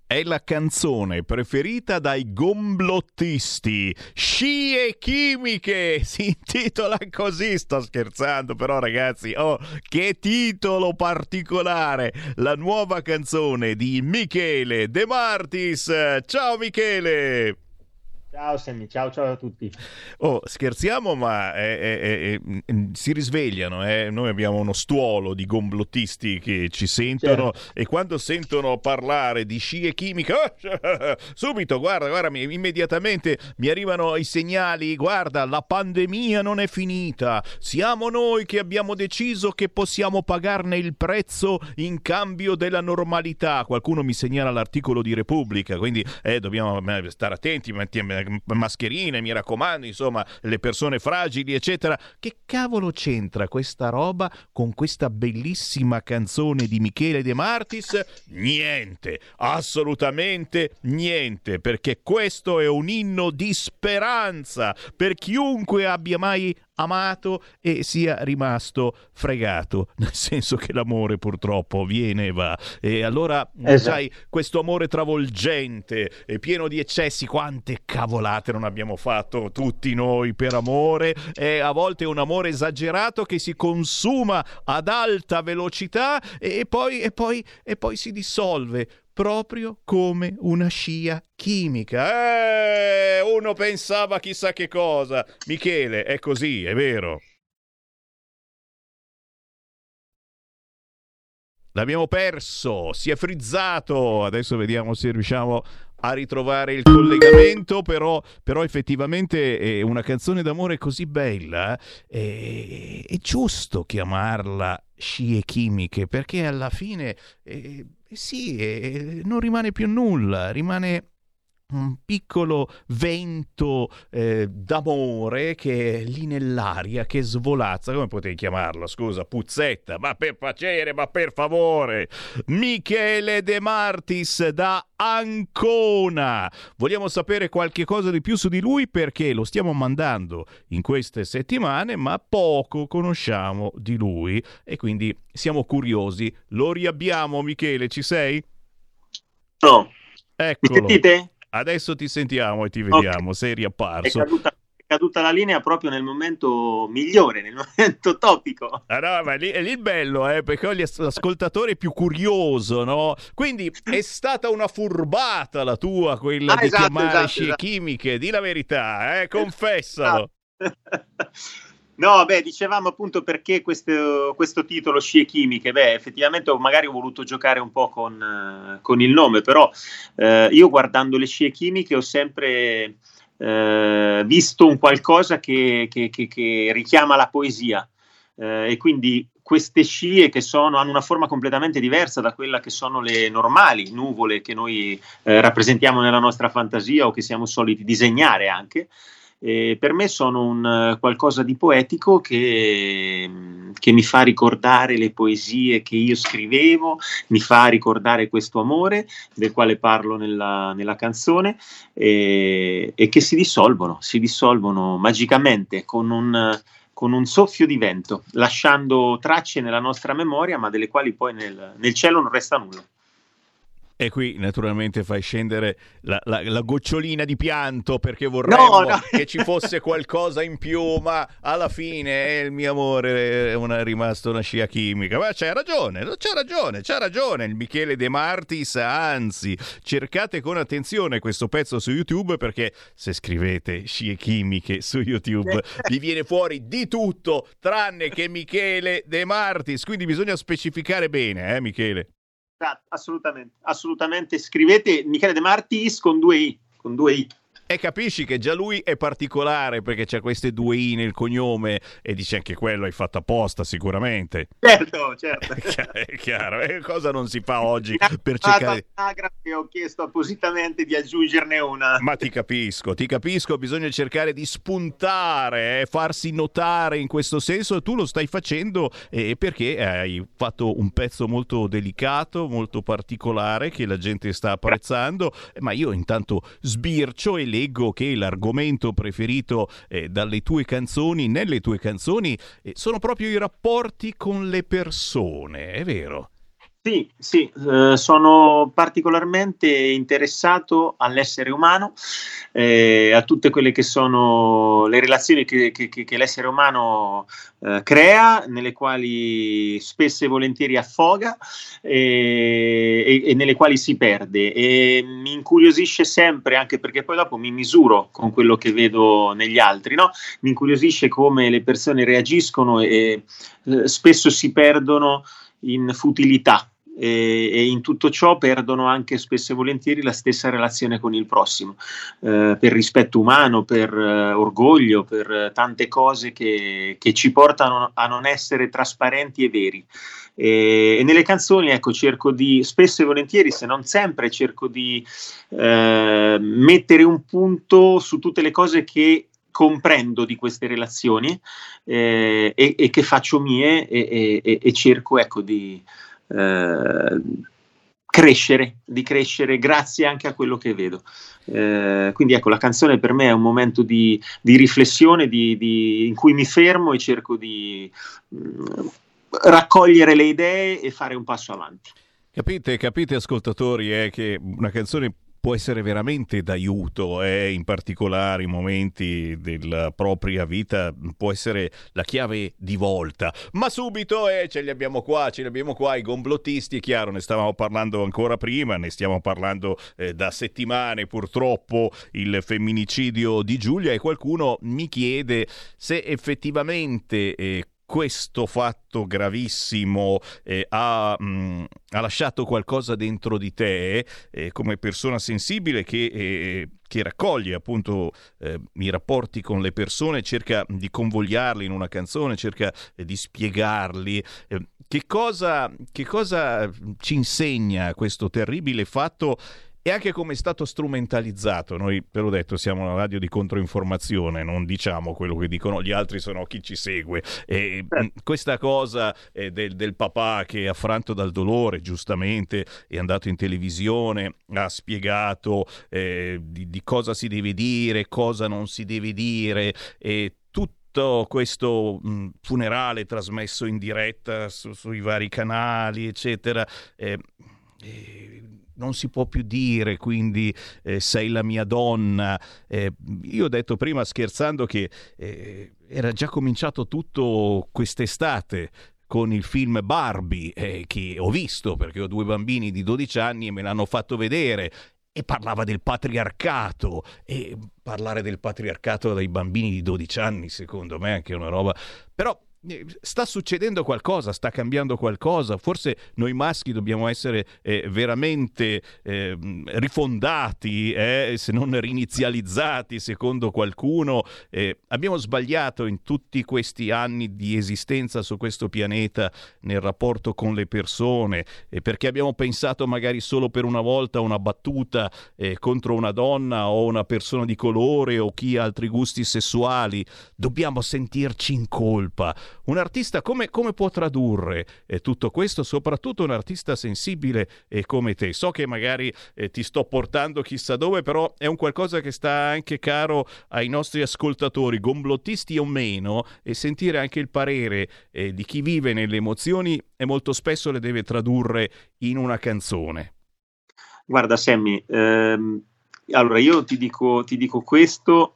è la canzone preferita dai gomblottisti. Scie chimiche si intitola così, sto scherzando però ragazzi, oh che titolo particolare, la nuova canzone di Michele De Martis. Ciao Michele. Ciao Sammy, ciao ciao a tutti. Oh, scherziamo, ma eh, eh, eh, si risvegliano, eh? Noi abbiamo uno stuolo di gomblottisti che ci sentono, certo. E quando sentono parlare di scie chimica, oh, subito, guarda, guarda, immediatamente mi arrivano i segnali, guarda, la pandemia non è finita, siamo noi che abbiamo deciso che possiamo pagarne il prezzo in cambio della normalità. Qualcuno mi segnala l'articolo di Repubblica, quindi eh, dobbiamo stare attenti, mascherine, mi raccomando, insomma, le persone fragili, eccetera. Che cavolo c'entra questa roba con questa bellissima canzone di Michele De Martis? Niente, assolutamente niente, perché questo è un inno di speranza per chiunque abbia mai amato e sia rimasto fregato, nel senso che l'amore purtroppo viene e va, e allora esatto. Sai, questo amore travolgente e pieno di eccessi, quante cavolate non abbiamo fatto tutti noi per amore, e a volte un amore esagerato che si consuma ad alta velocità e poi, e poi, e poi si dissolve proprio come una scia chimica. Eh, uno pensava chissà che cosa. Michele, è così, è vero. L'abbiamo perso, si è frizzato. Adesso vediamo se riusciamo a ritrovare il collegamento, però, però effettivamente è una canzone d'amore così bella, è, è giusto chiamarla scie chimiche, perché alla fine eh, sì, eh, non rimane più nulla, rimane un piccolo vento eh, d'amore che è lì nell'aria, che svolazza, come potevi chiamarla, scusa, puzzetta, ma per piacere, ma per favore. Michele De Martis da Ancona. Vogliamo sapere qualche cosa di più su di lui, perché lo stiamo mandando in queste settimane, ma poco conosciamo di lui e quindi siamo curiosi. Lo riabbiamo, Michele, ci sei? No. Eccolo. Mi sentite? Adesso ti sentiamo e ti vediamo, okay. Sei riapparso. È caduta, è caduta la linea proprio nel momento migliore, nel momento topico. Ah no, ma lì, è lì il bello, eh, perché l'ascoltatore è più curioso, no? Quindi è stata una furbata la tua, quella ah, di esatto, chiamare esatto, scie esatto. chimiche, di la verità, eh, confessalo. No, beh, dicevamo appunto perché questo, questo titolo scie chimiche. Beh, effettivamente magari ho voluto giocare un po' con, uh, con il nome, però uh, io guardando le scie chimiche ho sempre uh, visto un qualcosa che, che, che, che richiama la poesia, uh, e quindi queste scie che sono, hanno una forma completamente diversa da quella che sono le normali nuvole che noi uh, rappresentiamo nella nostra fantasia o che siamo soliti disegnare anche. Eh, per me sono un uh, qualcosa di poetico che, che mi fa ricordare le poesie che io scrivevo, mi fa ricordare questo amore del quale parlo nella, nella canzone, eh, e che si dissolvono, si dissolvono magicamente con un, con un soffio di vento, lasciando tracce nella nostra memoria, ma delle quali poi nel, nel cielo non resta nulla. E qui naturalmente fai scendere la, la, la gocciolina di pianto, perché vorremmo no, no. che ci fosse qualcosa in più, ma alla fine eh, il mio amore è, una, è rimasto una scia chimica. Ma c'hai ragione, c'ha ragione, c'ha ragione il Michele De Martis, anzi, cercate con attenzione questo pezzo su YouTube, perché se scrivete scie chimiche su YouTube vi viene fuori di tutto, tranne che Michele De Martis, quindi bisogna specificare bene, eh Michele? Assolutamente, assolutamente. Scrivete Michele De Martis con due i, con due i. E capisci che già lui è particolare perché c'ha queste due i nel cognome, e dice anche quello hai fatto apposta sicuramente. Certo, certo. È chiaro, è cosa non si fa oggi per cercare... E ho chiesto appositamente di aggiungerne una. Ma ti capisco, ti capisco, bisogna cercare di spuntare, eh, farsi notare in questo senso, tu lo stai facendo eh, perché hai fatto un pezzo molto delicato, molto particolare che la gente sta apprezzando, ma io intanto sbircio e leggo che l'argomento preferito eh, dalle tue canzoni, nelle tue canzoni, eh, sono proprio i rapporti con le persone, è vero? Sì, sì, eh, sono particolarmente interessato all'essere umano, eh, a tutte quelle che sono le relazioni che, che, che l'essere umano eh, crea, nelle quali spesso e volentieri affoga eh, e, e nelle quali si perde. E mi incuriosisce sempre, anche perché poi dopo mi misuro con quello che vedo negli altri, no? Mi incuriosisce come le persone reagiscono e eh, spesso si perdono in futilità e, e in tutto ciò perdono anche spesso e volentieri la stessa relazione con il prossimo, eh, per rispetto umano, per eh, orgoglio, per eh, tante cose che, che ci portano a non essere trasparenti e veri. E, e nelle canzoni, ecco, cerco di, spesso e volentieri, se non sempre, cerco di eh, mettere un punto su tutte le cose che comprendo di queste relazioni eh, e, e che faccio mie e, e, e cerco, ecco, di eh, crescere, di crescere grazie anche a quello che vedo. Eh, quindi ecco, la canzone per me è un momento di, di riflessione di, di, in cui mi fermo e cerco di mh, raccogliere le idee e fare un passo avanti. Capite, capite ascoltatori, è che una canzone può essere veramente d'aiuto, eh, in particolari momenti della propria vita, può essere la chiave di volta. Ma subito, eh, ce li abbiamo qua, ce li abbiamo qua i gomblottisti, è chiaro, ne stavamo parlando ancora prima, ne stiamo parlando eh, da settimane purtroppo, il femminicidio di Giulia, e qualcuno mi chiede se effettivamente eh, questo fatto gravissimo eh, ha, mh, ha lasciato qualcosa dentro di te eh, come persona sensibile che, eh, che raccoglie appunto eh, i rapporti con le persone, cerca di convogliarli in una canzone, cerca eh, di spiegarli. Eh, che cosa, che cosa ci insegna questo terribile fatto? E anche come è stato strumentalizzato. Noi, ve l'ho detto, siamo una radio di controinformazione, non diciamo quello che dicono gli altri, sono chi ci segue. E questa cosa eh, del, del papà che, affranto dal dolore, giustamente è andato in televisione, ha spiegato eh, di, di cosa si deve dire, cosa non si deve dire, e tutto questo mh, funerale trasmesso in diretta su, sui vari canali, eccetera. Eh, eh, non si può più dire, quindi eh, sei la mia donna. Eh, io ho detto prima scherzando che eh, era già cominciato tutto quest'estate con il film Barbie, eh, che ho visto perché ho due bambini di dodici anni e me l'hanno fatto vedere, e parlava del patriarcato, e parlare del patriarcato dai bambini di dodici anni secondo me è anche una roba, però sta succedendo qualcosa, sta cambiando qualcosa. Forse noi maschi dobbiamo essere eh, veramente eh, rifondati, eh, se non rinizializzati secondo qualcuno. Eh, abbiamo sbagliato in tutti questi anni di esistenza su questo pianeta nel rapporto con le persone, eh, perché abbiamo pensato magari solo per una volta una battuta eh, contro una donna o una persona di colore o chi ha altri gusti sessuali. Dobbiamo sentirci in colpa. Un artista come, come può tradurre eh, tutto questo, soprattutto un artista sensibile eh, come te? So che magari eh, ti sto portando chissà dove, però è un qualcosa che sta anche caro ai nostri ascoltatori, gomblottisti o meno, e sentire anche il parere eh, di chi vive nelle emozioni e molto spesso le deve tradurre in una canzone. Guarda Sammy, ehm, allora io ti dico, ti dico questo,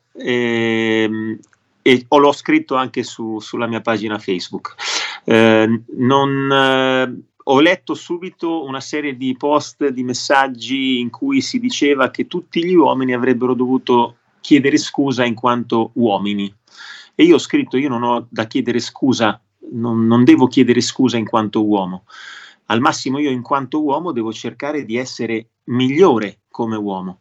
ehm, e ho, l'ho scritto anche su, sulla mia pagina Facebook. Eh, non, eh, ho letto subito una serie di post, di messaggi in cui si diceva che tutti gli uomini avrebbero dovuto chiedere scusa in quanto uomini, e io ho scritto: io non ho da chiedere scusa, non, non devo chiedere scusa in quanto uomo. Al massimo io in quanto uomo devo cercare di essere migliore come uomo.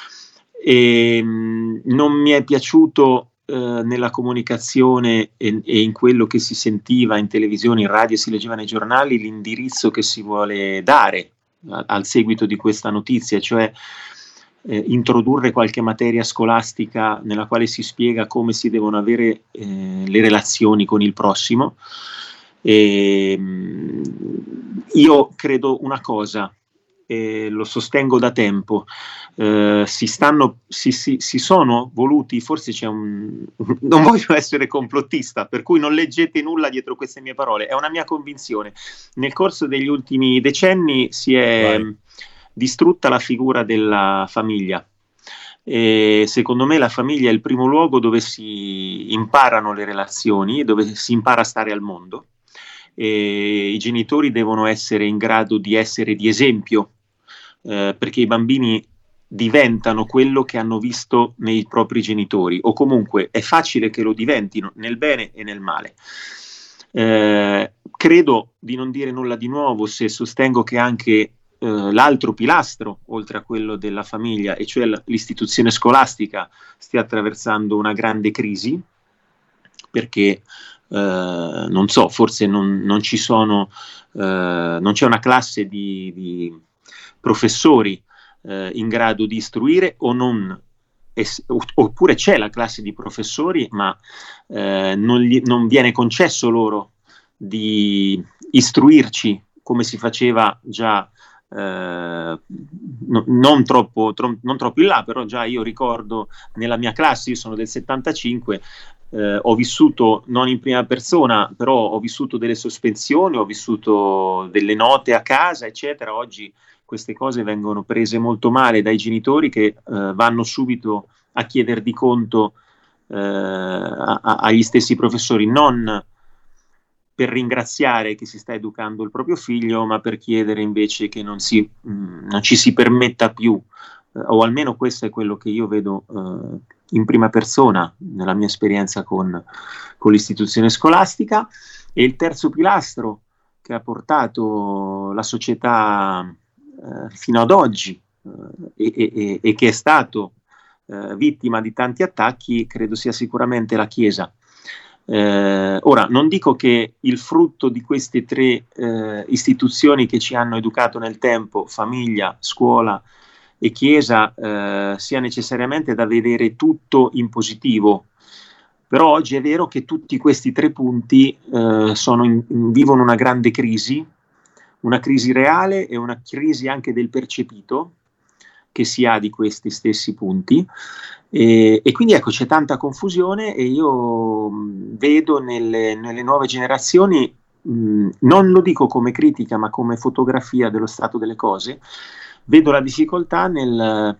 E mh, non mi è piaciuto nella comunicazione e, e in quello che si sentiva in televisione, in radio, si leggeva nei giornali, l'indirizzo che si vuole dare a, al seguito di questa notizia, cioè eh, introdurre qualche materia scolastica nella quale si spiega come si devono avere eh, le relazioni con il prossimo. E, io credo una cosa: e lo sostengo da tempo, eh, si, stanno, si, si, si sono voluti, forse c'è un... non voglio essere complottista, per cui non leggete nulla dietro queste mie parole, è una mia convinzione. Nel corso degli ultimi decenni si è Vai. distrutta la figura della famiglia. E secondo me la famiglia è il primo luogo dove si imparano le relazioni, dove si impara a stare al mondo. E i genitori devono essere in grado di essere di esempio, eh, perché i bambini diventano quello che hanno visto nei propri genitori, o comunque è facile che lo diventino nel bene e nel male. Eh, credo di non dire nulla di nuovo se sostengo che anche eh, l'altro pilastro, oltre a quello della famiglia, e cioè l'istituzione scolastica, stia attraversando una grande crisi, perché eh, non so, forse non, non ci sono, eh, non c'è una classe di, di professori eh, in grado di istruire, o non, es- oppure c'è la classe di professori, ma eh, non, gli, non viene concesso loro di istruirci come si faceva già eh, no, non, troppo, tro- non troppo in là, però già io ricordo nella mia classe, io sono del settantacinque, eh, ho vissuto non in prima persona, però ho vissuto delle sospensioni, ho vissuto delle note a casa, eccetera. Oggi queste cose vengono prese molto male dai genitori, che eh, vanno subito a chieder di conto eh, a- a- agli stessi professori, non per ringraziare che si sta educando il proprio figlio, ma per chiedere invece che non, si, mh, non ci si permetta più, eh, o almeno questo è quello che io vedo eh, in prima persona nella mia esperienza con, con l'istituzione scolastica. E il terzo pilastro che ha portato la società eh, fino ad oggi eh, e, e, e che è stato eh, vittima di tanti attacchi, credo sia sicuramente la Chiesa. Eh, ora, non dico che il frutto di queste tre eh, istituzioni che ci hanno educato nel tempo, famiglia, scuola e Chiesa, eh, sia necessariamente da vedere tutto in positivo, però oggi è vero che tutti questi tre punti eh, sono in, in, vivono una grande crisi, una crisi reale e una crisi anche del percepito che si ha di questi stessi punti. E, e quindi ecco, c'è tanta confusione, e io mh, vedo nelle, nelle nuove generazioni, mh, non lo dico come critica ma come fotografia dello stato delle cose, vedo la difficoltà nel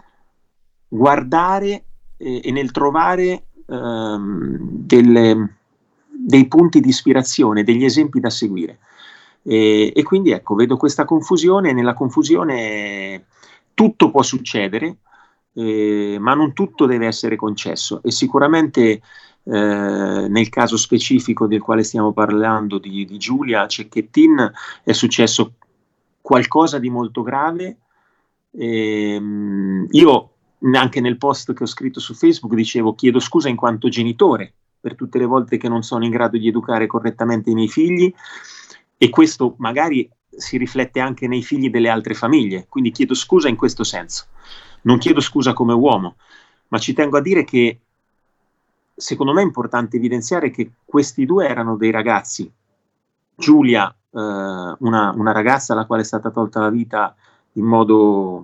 guardare eh, e nel trovare ehm, delle, dei punti di ispirazione, degli esempi da seguire, e, e quindi ecco, vedo questa confusione, e nella confusione tutto può succedere. Eh, ma non tutto deve essere concesso, e sicuramente eh, nel caso specifico del quale stiamo parlando di, di Giulia Cecchettin è successo qualcosa di molto grave. Eh, io anche nel post che ho scritto su Facebook dicevo: chiedo scusa in quanto genitore per tutte le volte che non sono in grado di educare correttamente i miei figli, e questo magari si riflette anche nei figli delle altre famiglie, quindi chiedo scusa in questo senso. Non chiedo scusa come uomo, ma ci tengo a dire che secondo me è importante evidenziare che questi due erano dei ragazzi. Giulia, eh, una, una ragazza alla quale è stata tolta la vita in modo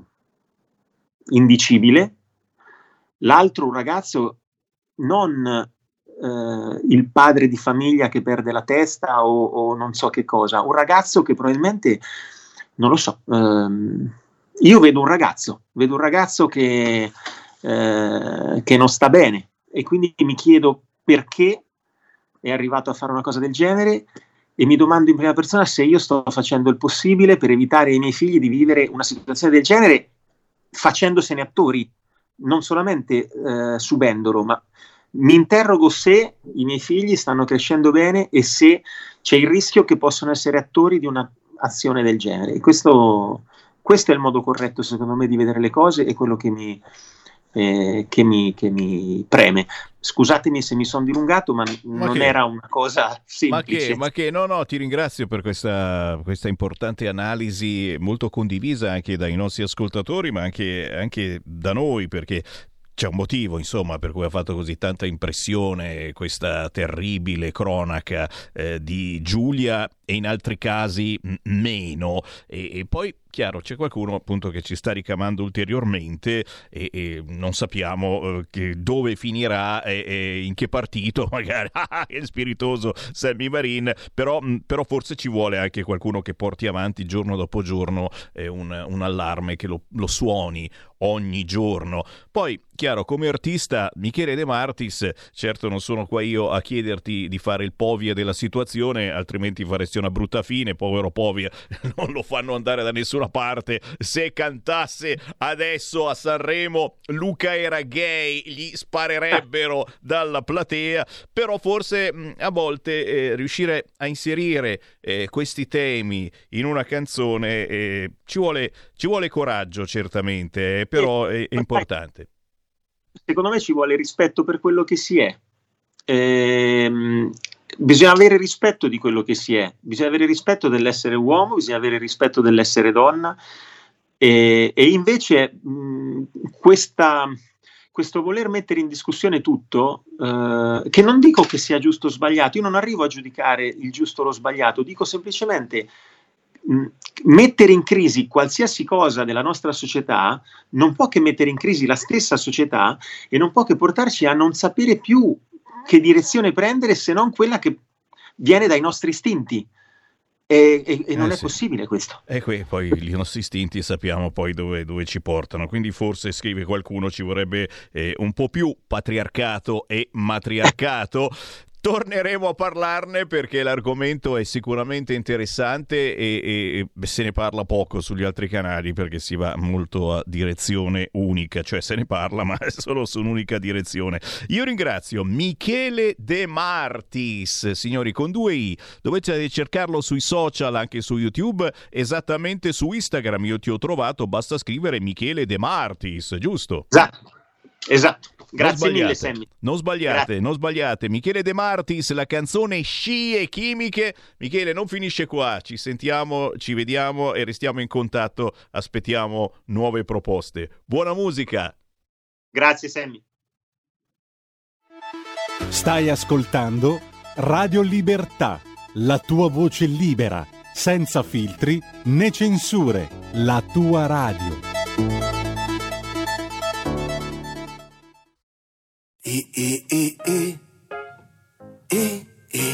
indicibile, l'altro un ragazzo, non eh, il padre di famiglia che perde la testa o, o non so che cosa, un ragazzo che probabilmente, non lo so, ehm, io vedo un ragazzo, vedo un ragazzo che, eh, che non sta bene, e quindi mi chiedo perché è arrivato a fare una cosa del genere, e mi domando in prima persona se io sto facendo il possibile per evitare ai miei figli di vivere una situazione del genere, facendosene attori, non solamente eh, subendolo, ma mi interrogo se i miei figli stanno crescendo bene e se c'è il rischio che possano essere attori di un'azione del genere. E questo... Questo è il modo corretto, secondo me, di vedere le cose, e quello che mi, eh, che mi, che mi preme. Scusatemi se mi sono dilungato, ma, ma non che, era una cosa semplice. Ma che, ma che no, no, ti ringrazio per questa, questa importante analisi, molto condivisa anche dai nostri ascoltatori, ma anche, anche da noi, perché c'è un motivo, insomma, per cui ha fatto così tanta impressione questa terribile cronaca eh, di Giulia, e in altri casi mh, meno. E, e poi, chiaro, c'è qualcuno appunto che ci sta ricamando ulteriormente e, e non sappiamo eh, che dove finirà e, e in che partito, magari, che spiritoso Sammy Varin, però, mh, però forse ci vuole anche qualcuno che porti avanti giorno dopo giorno eh, un, un allarme, che lo, lo suoni ogni giorno. Poi, chiaro, come artista, Michele De Martis, certo non sono qua io a chiederti di fare il Povia della situazione, altrimenti faresti una brutta fine, povero Povia, non lo fanno andare da nessuna parte. Se cantasse adesso a Sanremo Luca era gay, gli sparerebbero dalla platea, però forse mh, a volte eh, riuscire a inserire eh, questi temi in una canzone eh, ci vuole, ci vuole coraggio, certamente, eh, però è, è importante. Secondo me ci vuole rispetto per quello che si è. Ehm, bisogna avere rispetto di quello che si è, bisogna avere rispetto dell'essere uomo, bisogna avere rispetto dell'essere donna, e, e invece mh, questa, questo voler mettere in discussione tutto, eh, che non dico che sia giusto o sbagliato, io non arrivo a giudicare il giusto o lo sbagliato, dico semplicemente mettere in crisi qualsiasi cosa della nostra società non può che mettere in crisi la stessa società e non può che portarci a non sapere più che direzione prendere se non quella che viene dai nostri istinti e, e, e non eh è sì. possibile questo. E qui poi i nostri istinti sappiamo poi dove, dove ci portano, quindi forse, scrive qualcuno, ci vorrebbe eh, un po' più patriarcato e matriarcato. Torneremo a parlarne perché l'argomento è sicuramente interessante e, e, e se ne parla poco sugli altri canali perché si va molto a direzione unica, cioè se ne parla ma solo su un'unica direzione. Io ringrazio Michele De Martis, signori, con due i, dovete cercarlo sui social, anche su YouTube, esattamente su Instagram io ti ho trovato, basta scrivere Michele De Martis, giusto? Esatto, esatto. Grazie mille, Sammy. Non sbagliate, Grazie. non sbagliate. Michele De Martis, la canzone Scie Chimiche. Michele, non finisce qua. Ci sentiamo, ci vediamo e restiamo in contatto. Aspettiamo nuove proposte. Buona musica. Grazie, Sammy. Stai ascoltando Radio Libertà, la tua voce libera, senza filtri né censure, la tua radio. I, I, I, I, I, I,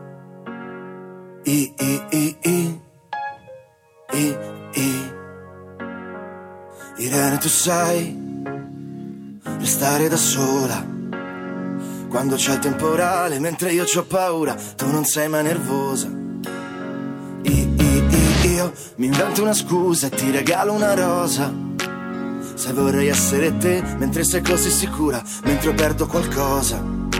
I, I, I, I, I, I. Irene, tu sai restare da sola quando c'è il temporale, mentre io c'ho paura, tu non sei mai nervosa. I, I, I, io mi invento una scusa e ti regalo una rosa. Se vorrei essere te, mentre sei così sicura, mentre perdo qualcosa.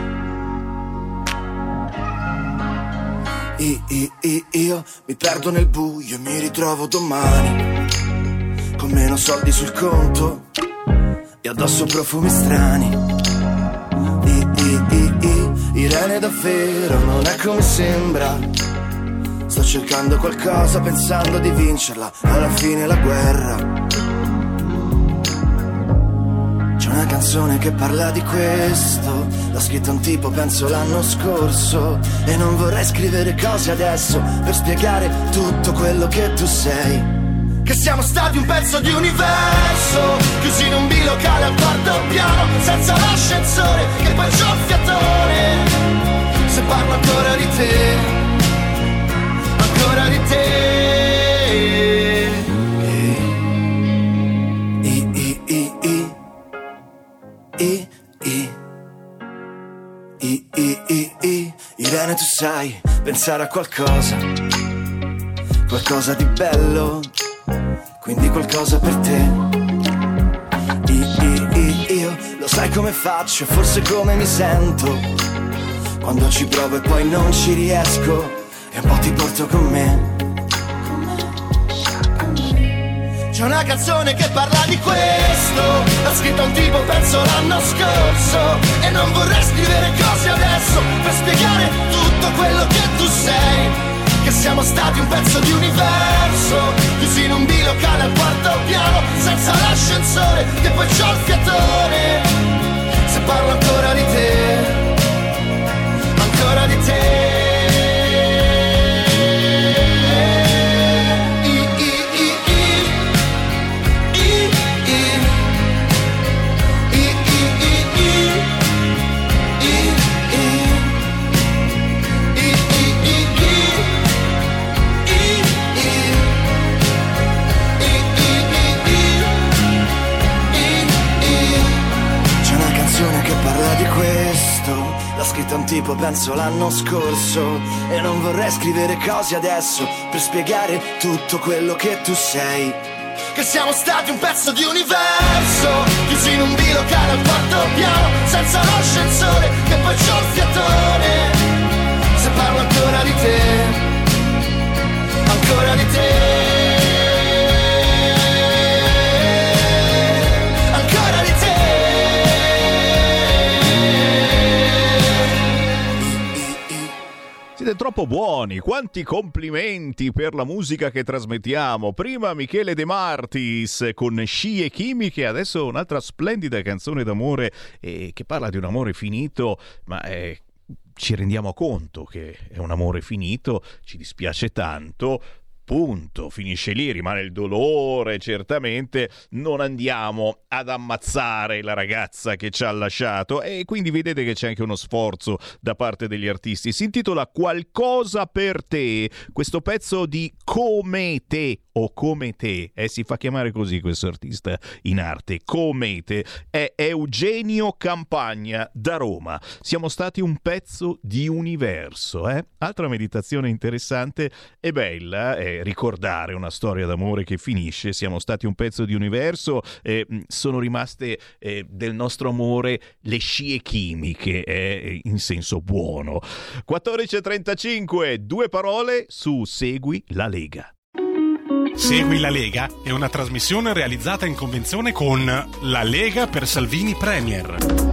I, I, I, io mi perdo nel buio e mi ritrovo domani con meno soldi sul conto e addosso profumi strani. I, I, I, I, Irene, davvero non è come sembra. Sto cercando qualcosa pensando di vincerla, alla fine la guerra. C'è una canzone che parla di questo, l'ha scritta un tipo penso l'anno scorso, e non vorrei scrivere cose adesso per spiegare tutto quello che tu sei, che siamo stati un pezzo di universo, chiusi in un bilocale al quarto piano, senza l'ascensore che poi c'ho il fiatone. Se parlo ancora di te, ancora di te. I, I, I, I. I, I, I, I, I, I. Irene, tu sai pensare a qualcosa, qualcosa di bello, quindi qualcosa per te. I, I, I, io lo sai come faccio, forse come mi sento quando ci provo e poi non ci riesco, e un po' ti porto con me. C'è una canzone che parla di questo, l'ha scritta un tipo penso l'anno scorso, e non vorrei scrivere cose adesso per spiegare tutto quello che tu sei, che siamo stati un pezzo di universo, chiusi in un bilocale al quarto piano, senza l'ascensore che poi c'ho il fiatone. Se parlo ancora di te, ancora di te. tipo penso l'anno scorso. E non vorrei scrivere cose adesso per spiegare tutto quello che tu sei. Che siamo stati un pezzo di universo, chiusi in un bilocale al quarto piano, senza l'ascensore, che poi c'ho il fiatone. Se parlo ancora di te, ancora di te, ancora di te. Siete troppo buoni, quanti complimenti per la musica che trasmettiamo. Prima Michele De Martis con Scie Chimiche, adesso un'altra splendida canzone d'amore eh, che parla di un amore finito, ma eh, ci rendiamo conto che è un amore finito, ci dispiace tanto. Punto, finisce lì, rimane il dolore, certamente non andiamo ad ammazzare la ragazza che ci ha lasciato, e quindi vedete che c'è anche uno sforzo da parte degli artisti. Si intitola Qualcosa per te, questo pezzo di Comete o Come te, eh, si fa chiamare così questo artista in arte, Comete, è Eugenio Campagna da Roma. Siamo stati un pezzo di universo, eh? Altra meditazione interessante e bella è ricordare una storia d'amore che finisce. Siamo stati un pezzo di universo, eh, sono rimaste eh, del nostro amore le scie chimiche, eh, in senso buono. quattordici e trentacinque, due parole su Segui la Lega. Segui la Lega è una trasmissione realizzata in convenzione con La Lega per Salvini Premier.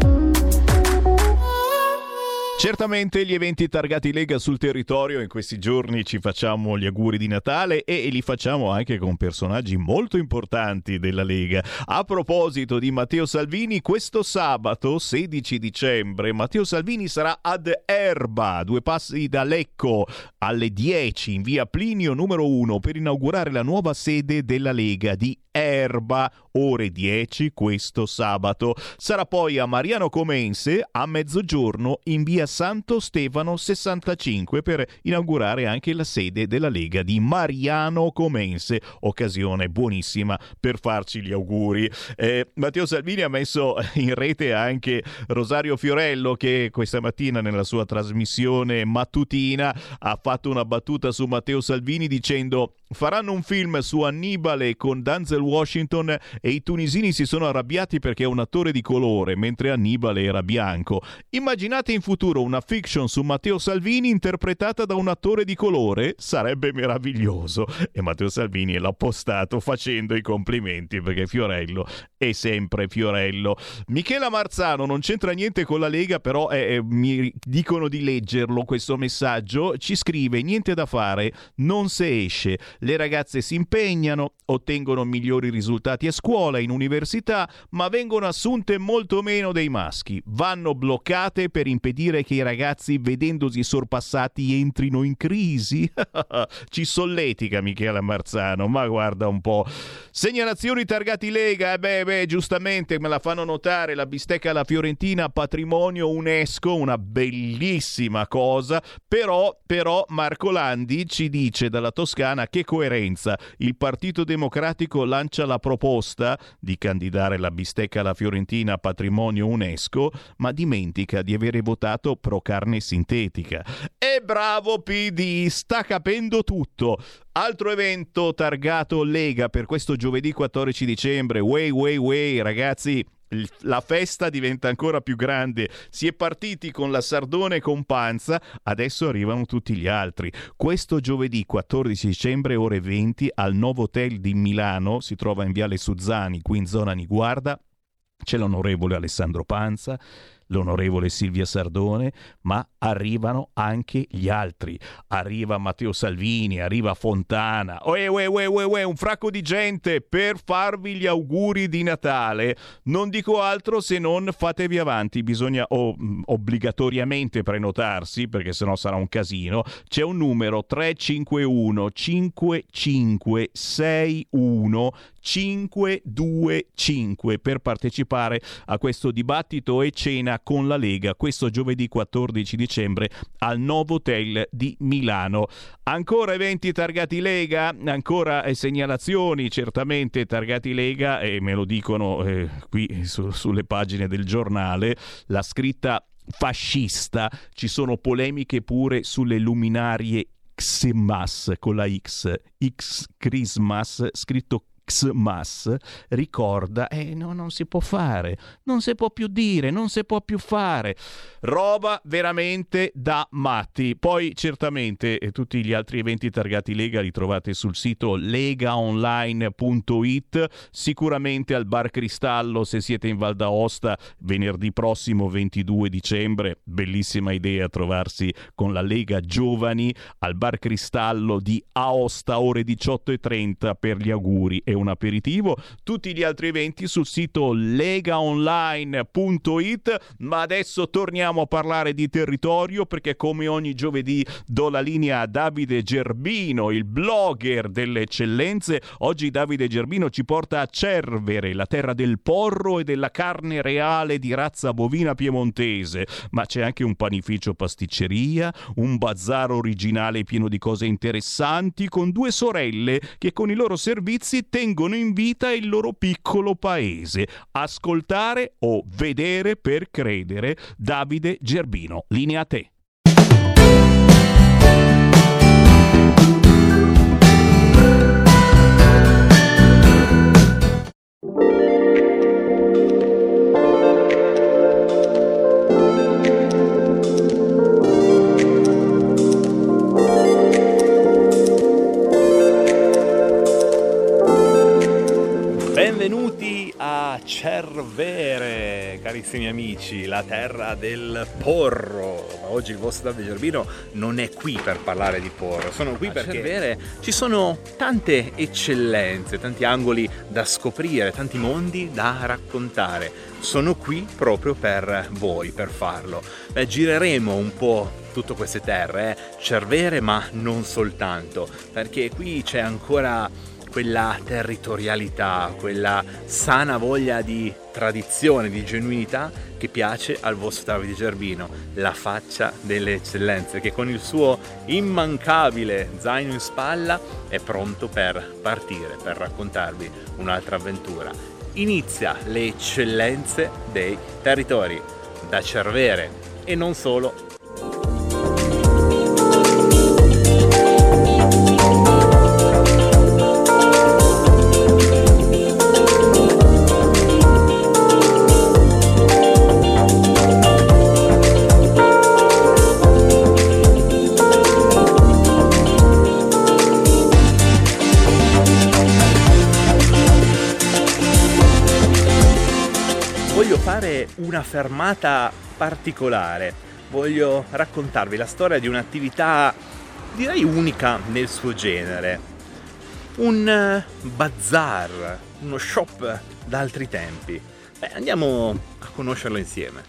Certamente gli eventi targati Lega sul territorio, in questi giorni ci facciamo gli auguri di Natale e li facciamo anche con personaggi molto importanti della Lega. A proposito di Matteo Salvini, questo sabato sedici dicembre Matteo Salvini sarà ad Erba, due passi da Lecco, alle dieci in via Plinio numero uno per inaugurare la nuova sede della Lega di Erba, ore dieci questo sabato. Sarà poi a Mariano Comense a mezzogiorno in via Santo Stefano sessantacinque per inaugurare anche la sede della Lega di Mariano Comense. Occasione buonissima per farci gli auguri. Eh, Matteo Salvini ha messo in rete anche Rosario Fiorello, che questa mattina nella sua trasmissione mattutina ha fatto una battuta su Matteo Salvini dicendo: faranno un film su Annibale con Denzel Washington e i tunisini si sono arrabbiati perché è un attore di colore mentre Annibale era bianco. Immaginate in futuro una fiction su Matteo Salvini interpretata da un attore di colore? Sarebbe meraviglioso. E Matteo Salvini l'ha postato facendo i complimenti, perché Fiorello è sempre Fiorello. Michela Marzano non c'entra niente con la Lega, però eh, mi dicono di leggerlo questo messaggio. Ci scrive: niente da fare, non se esce. Le ragazze si impegnano, ottengono migliori risultati a scuola, in università, ma vengono assunte molto meno dei maschi. Vanno bloccate per impedire che i ragazzi, vedendosi sorpassati, entrino in crisi. Ci solletica Michela Marzano, ma guarda un po'. Segnalazioni targati Lega, eh beh, beh, giustamente me la fanno notare, la bistecca alla fiorentina, patrimonio UNESCO, una bellissima cosa, però, però Marco Landi ci dice dalla Toscana: che coerenza, il Partito Democratico lancia la proposta di candidare la bistecca alla fiorentina a patrimonio UNESCO, ma dimentica di avere votato pro carne sintetica. E bravo P D, sta capendo tutto. Altro evento targato Lega per questo giovedì quattordici dicembre, way way way ragazzi, la festa diventa ancora più grande. Si è partiti con la Sardone con Panza, adesso arrivano tutti gli altri. Questo giovedì quattordici dicembre ore venti al Novo Hotel di Milano, si trova in Viale Suzzani, qui in zona Niguarda. C'è l'onorevole Alessandro Panza, l'onorevole Silvia Sardone, ma arrivano anche gli altri. Arriva Matteo Salvini, arriva Fontana, uè, uè, uè, uè, uè, un fracco di gente per farvi gli auguri di Natale. Non dico altro se non fatevi avanti, bisogna oh, obbligatoriamente prenotarsi, perché sennò sarà un casino. C'è un numero tre cinque uno cinque cinque sei uno cinque due cinque per partecipare a questo dibattito e cena con la Lega questo giovedì quattordici dicembre al Novo Hotel di Milano. Ancora eventi targati Lega, ancora eh, segnalazioni certamente targati Lega, e me lo dicono eh, qui su, sulle pagine del giornale. La scritta fascista. Ci sono polemiche pure sulle luminarie Xmas con la X, X Christmas, scritto Xmas, ricorda, eh no, non si può fare, non si può più dire, non si può più fare, roba veramente da matti. Poi certamente eh, tutti gli altri eventi targati Lega li trovate sul sito legaonline punto it, sicuramente al Bar Cristallo se siete in Val d'Aosta venerdì prossimo ventidue dicembre, bellissima idea trovarsi con la Lega Giovani al Bar Cristallo di Aosta ore diciotto e trenta per gli auguri e un aperitivo. Tutti gli altri eventi sul sito legaonline punto it. Ma adesso torniamo a parlare di territorio, perché come ogni giovedì do la linea a Davide Gerbino, il blogger delle eccellenze. Oggi Davide Gerbino ci porta a Cervere, la terra del porro e della carne reale di razza bovina piemontese, ma c'è anche un panificio pasticceria, un bazar originale pieno di cose interessanti, con due sorelle che con i loro servizi tengono in vita il loro piccolo paese. Ascoltare o vedere per credere. Davide Gerbino, linea a te. Benvenuti a Cervere, carissimi amici, la terra del porro. Ma oggi il vostro Davide Gerbino non è qui per parlare di porro, sono qui a perché Cervere ci sono tante eccellenze, tanti angoli da scoprire, tanti mondi da raccontare. Sono qui proprio per voi, per farlo. Beh, gireremo un po' tutte queste terre, eh? Cervere, ma non soltanto, perché qui c'è ancora quella territorialità, quella sana voglia di tradizione, di genuinità che piace al vostro Davide Gerbino, la faccia delle eccellenze, che con il suo immancabile zaino in spalla è pronto per partire, per raccontarvi un'altra avventura. Inizia le eccellenze dei territori, da Cervere e non solo. Una fermata particolare. Voglio raccontarvi la storia di un'attività direi unica nel suo genere. Un bazar, uno shop d'altri tempi. Beh, andiamo a conoscerlo insieme.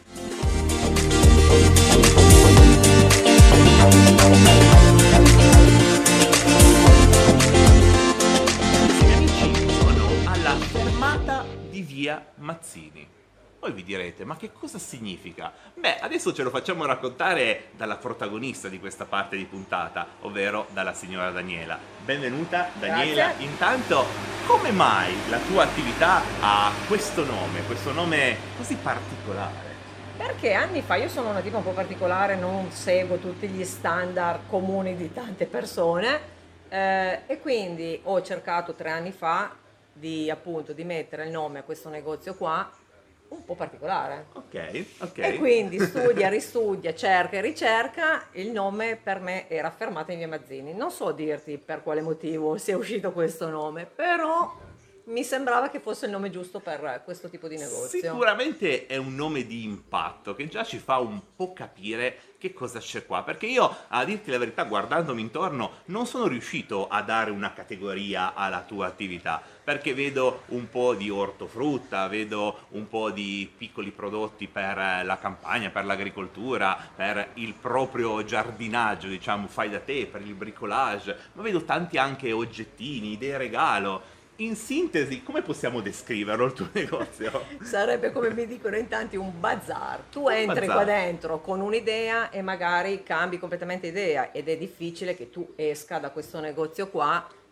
Carissimi amici, sono alla fermata di via Mazzini. Voi vi direte, ma che cosa significa? Beh, adesso ce lo facciamo raccontare dalla protagonista di questa parte di puntata, ovvero dalla signora Daniela. Benvenuta Daniela. Grazie. Intanto, come mai la tua attività ha questo nome, questo nome così particolare? Perché anni fa, io sono una tipa un po' particolare, non seguo tutti gli standard comuni di tante persone, eh, e quindi ho cercato tre anni fa di appunto di mettere il nome a questo negozio qua, un po' particolare. Ok, ok. E quindi studia, ristudia, cerca e ricerca. Il nome per me era Fermata in via Mazzini. Non so dirti per quale motivo sia uscito questo nome, però mi sembrava che fosse il nome giusto per questo tipo di negozio. Sicuramente è un nome di impatto che già ci fa un po' capire che cosa c'è qua, perché io, a dirti la verità, guardandomi intorno non sono riuscito a dare una categoria alla tua attività, perché vedo un po' di ortofrutta, vedo un po' di piccoli prodotti per la campagna, per l'agricoltura, per il proprio giardinaggio, diciamo, fai da te, per il bricolage, ma vedo tanti anche oggettini, idee regalo. In sintesi, come possiamo descriverlo il tuo negozio? Sarebbe, come mi dicono in tanti, un bazar. Tu entri bazar. qua dentro con un'idea e magari cambi completamente idea, ed è difficile che tu esca da questo negozio qua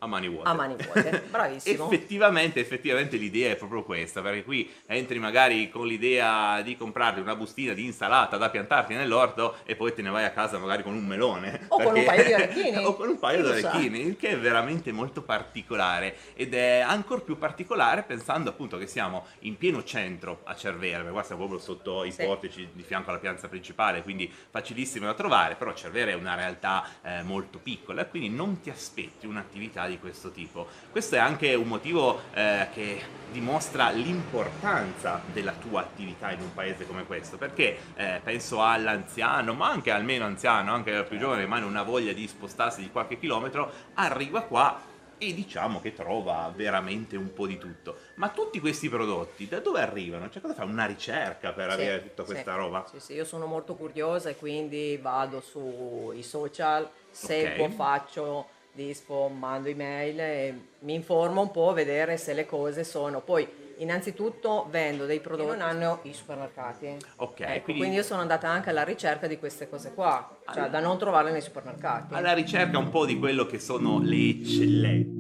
a mani vuote. A mani vuote, bravissimo. effettivamente, effettivamente l'idea è proprio questa, perché qui entri magari con l'idea di comprarti una bustina di insalata da piantarti nell'orto e poi te ne vai a casa magari con un melone. O perché... con un paio di orecchini. o con un paio di Chi lo sa? orecchini, il che è veramente molto particolare, ed è ancora più particolare pensando appunto che siamo in pieno centro a Cervere, perché qua siamo proprio sotto i Sì. portici di fianco alla piazza principale, quindi facilissimo da trovare, però Cervere è una realtà eh, molto piccola e quindi non ti aspetti un'attività di questo tipo. Questo è anche un motivo eh, che dimostra l'importanza della tua attività in un paese come questo, perché eh, penso all'anziano, ma anche al meno anziano, anche al più giovane, ma non ha voglia di spostarsi di qualche chilometro, arriva qua e diciamo che trova veramente un po' di tutto. Ma tutti questi prodotti da dove arrivano? Cioè, cosa fa una ricerca per Sì, avere tutta questa sì. roba? Sì, sì, io sono molto curiosa e quindi vado sui social, seguo, Ok. faccio dispo, mando email e mi informo un po' a vedere se le cose sono. Poi innanzitutto vendo dei prodotti che non hanno i supermercati. Ok, Ecco, quindi quindi io sono andata anche alla ricerca di queste cose qua, cioè da non trovarle nei supermercati. alla ricerca un po' di quello che sono le eccellenze.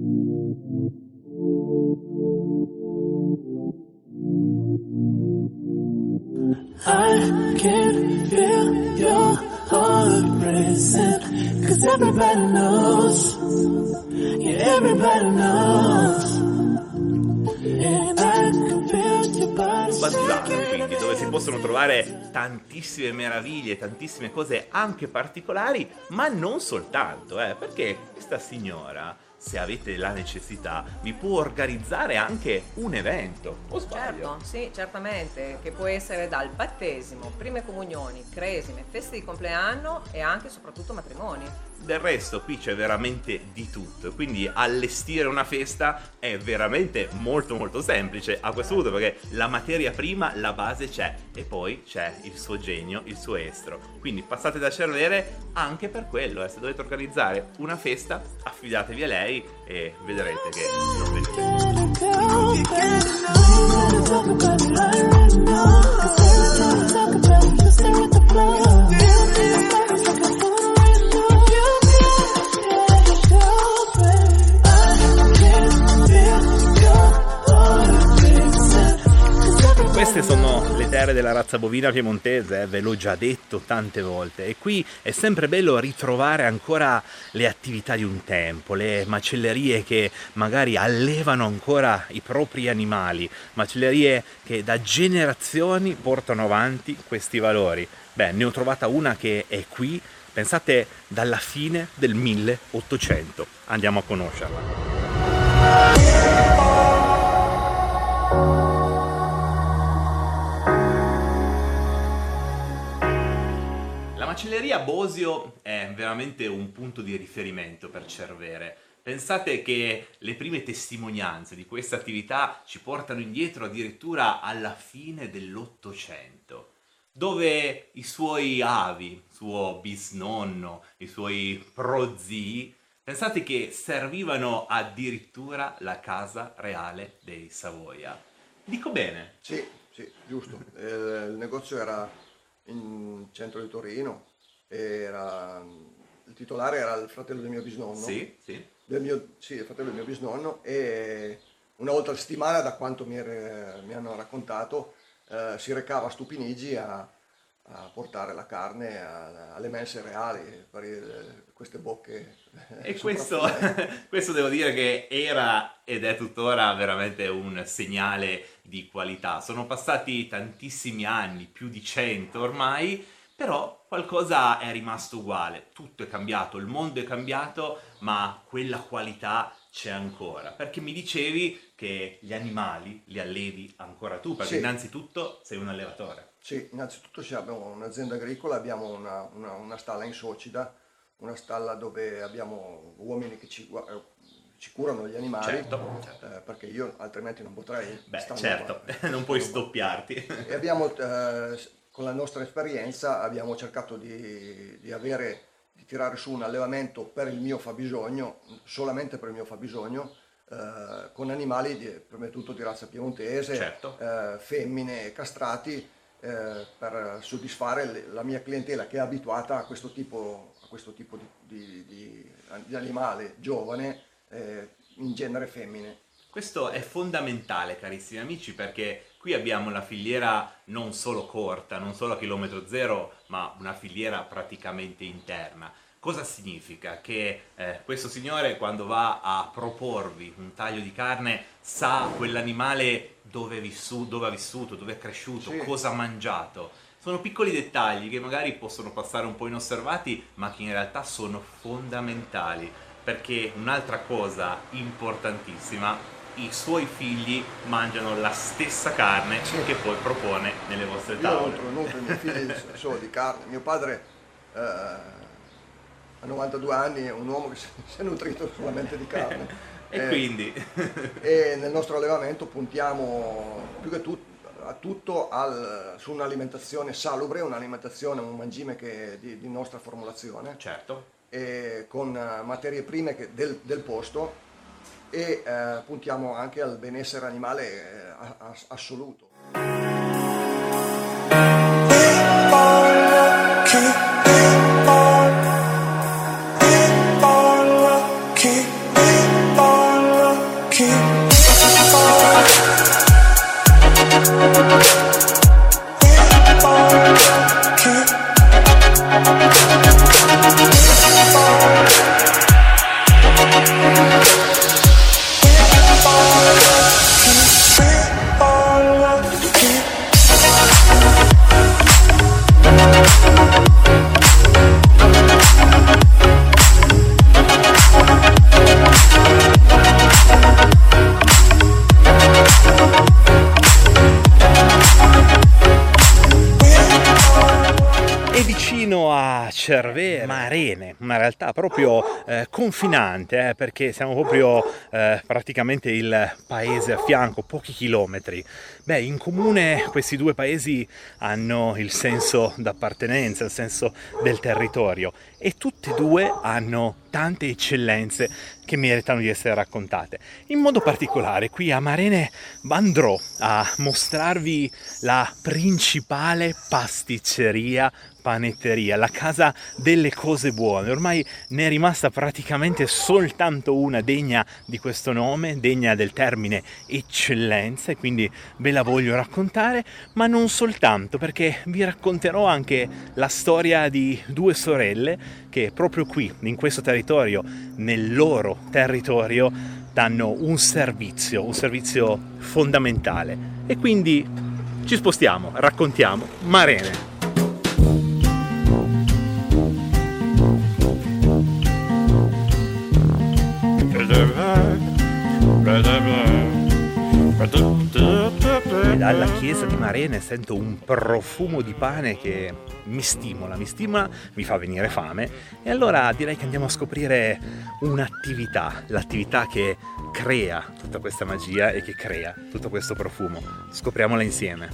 I can feel your heart racing, 'cause everybody knows, yeah, everybody knows, and I can feel your body Bazar, shaking. quindi, dove si possono trovare tantissime meraviglie, tantissime cose anche particolari, ma non soltanto, eh, perché questa signora, se avete la necessità, vi può organizzare anche un evento, o sbaglio? Certo, sì, certamente, che può essere dal battesimo, prime comunioni, cresime, feste di compleanno e anche e soprattutto matrimoni. Del resto qui c'è veramente di tutto, quindi allestire una festa è veramente molto molto semplice a questo punto, perché la materia prima, la base c'è, e poi c'è il suo genio, il suo estro. Quindi passate da Cervere anche per quello, eh. Se dovete organizzare una festa, affidatevi a lei e vedrete che non vedete. Queste sono le terre della razza bovina piemontese, eh, ve l'ho già detto tante volte, e qui è sempre bello ritrovare ancora le attività di un tempo, le macellerie che magari allevano ancora i propri animali, macellerie che da generazioni portano avanti questi valori. Beh, ne ho trovata una che è qui, pensate, dalla fine del milleottocento. Andiamo a conoscerla. La macelleria Bosio è veramente un punto di riferimento per Cervere. Pensate che le prime testimonianze di questa attività ci portano indietro addirittura alla fine dell'Ottocento, dove i suoi avi, suo bisnonno, i suoi prozii, pensate che servivano addirittura la casa reale dei Savoia. Dico bene? Sì, sì, giusto. Eh, il negozio era in centro di Torino, era, il titolare era il fratello del mio bisnonno. Sì, sì. Del mio, sì, il fratello del mio bisnonno, e una volta a settimana, da quanto mi, er- mi hanno raccontato, eh, si recava a Stupinigi a, a portare la carne a- alle mense reali per il- queste bocche. E questo, questo devo dire che era ed è tuttora veramente un segnale di qualità. Sono passati tantissimi anni, più di cento ormai, però qualcosa è rimasto uguale, tutto è cambiato, il mondo è cambiato, ma quella qualità c'è ancora. Perché mi dicevi che gli animali li allevi ancora tu, perché Sì. innanzitutto sei un allevatore. Sì, innanzitutto sì, abbiamo un'azienda agricola, abbiamo una, una- una stalla in Socida, una stalla dove abbiamo uomini che ci, gua- eh, ci curano gli animali, Certo, certo. eh, perché io altrimenti non potrei. Beh, stando certo, qua. non puoi stoppiarti. E abbiamo, eh, con la nostra esperienza, abbiamo cercato di, di avere, di tirare su un allevamento per il mio fabbisogno, solamente per il mio fabbisogno, eh, con animali di, prima di tutto di razza piemontese, Certo. eh, femmine castrati, eh, per soddisfare le- la mia clientela che è abituata a questo tipo, a questo tipo di, di- di- di animale giovane, eh, in genere femmine. Questo è fondamentale, carissimi amici, perché qui abbiamo la filiera non solo corta, non solo a chilometro zero, ma una filiera praticamente interna. Cosa significa? Che eh, questo signore, quando va a proporvi un taglio di carne, sa quell'animale dove, vissu- dove ha vissuto, dove è cresciuto, sì. cosa ha mangiato. Sono piccoli dettagli che magari possono passare un po' inosservati, ma che in realtà sono fondamentali, perché un'altra cosa importantissima, i suoi figli mangiano la stessa carne sì. che poi propone nelle vostre tavole. Io nutro, nutro i miei figli solo di carne. Mio padre eh, a novantadue anni è un uomo che si è nutrito solamente di carne. e eh, quindi? E nel nostro allevamento puntiamo più che tutto a tutto al, su un'alimentazione salubre, un'alimentazione, un mangime che di, di nostra formulazione. Certo. E con materie prime che del, del posto. E eh, puntiamo anche al benessere animale eh, assoluto. Cervere, Marene, una realtà proprio eh, confinante, eh, perché siamo proprio eh, praticamente il paese a fianco, pochi chilometri. Beh, in comune questi due paesi hanno il senso d'appartenenza, il senso del territorio, e tutti e due hanno tante eccellenze che meritano di essere raccontate. In modo particolare qui a Marene andrò a mostrarvi la principale pasticceria panetteria, la casa delle cose buone. Ormai ne è rimasta praticamente soltanto una degna di questo nome, degna del termine eccellenza, e quindi ve la voglio raccontare, ma non soltanto, perché vi racconterò anche la storia di due sorelle che proprio qui, in questo territorio, nel loro territorio, danno un servizio, un servizio fondamentale. E quindi ci spostiamo, raccontiamo Marene. Dalla chiesa di Marene sento un profumo di pane che mi stimola, mi stimola, mi fa venire fame, e allora direi che andiamo a scoprire un'attività, l'attività che crea tutta questa magia e che crea tutto questo profumo. Scopriamola insieme.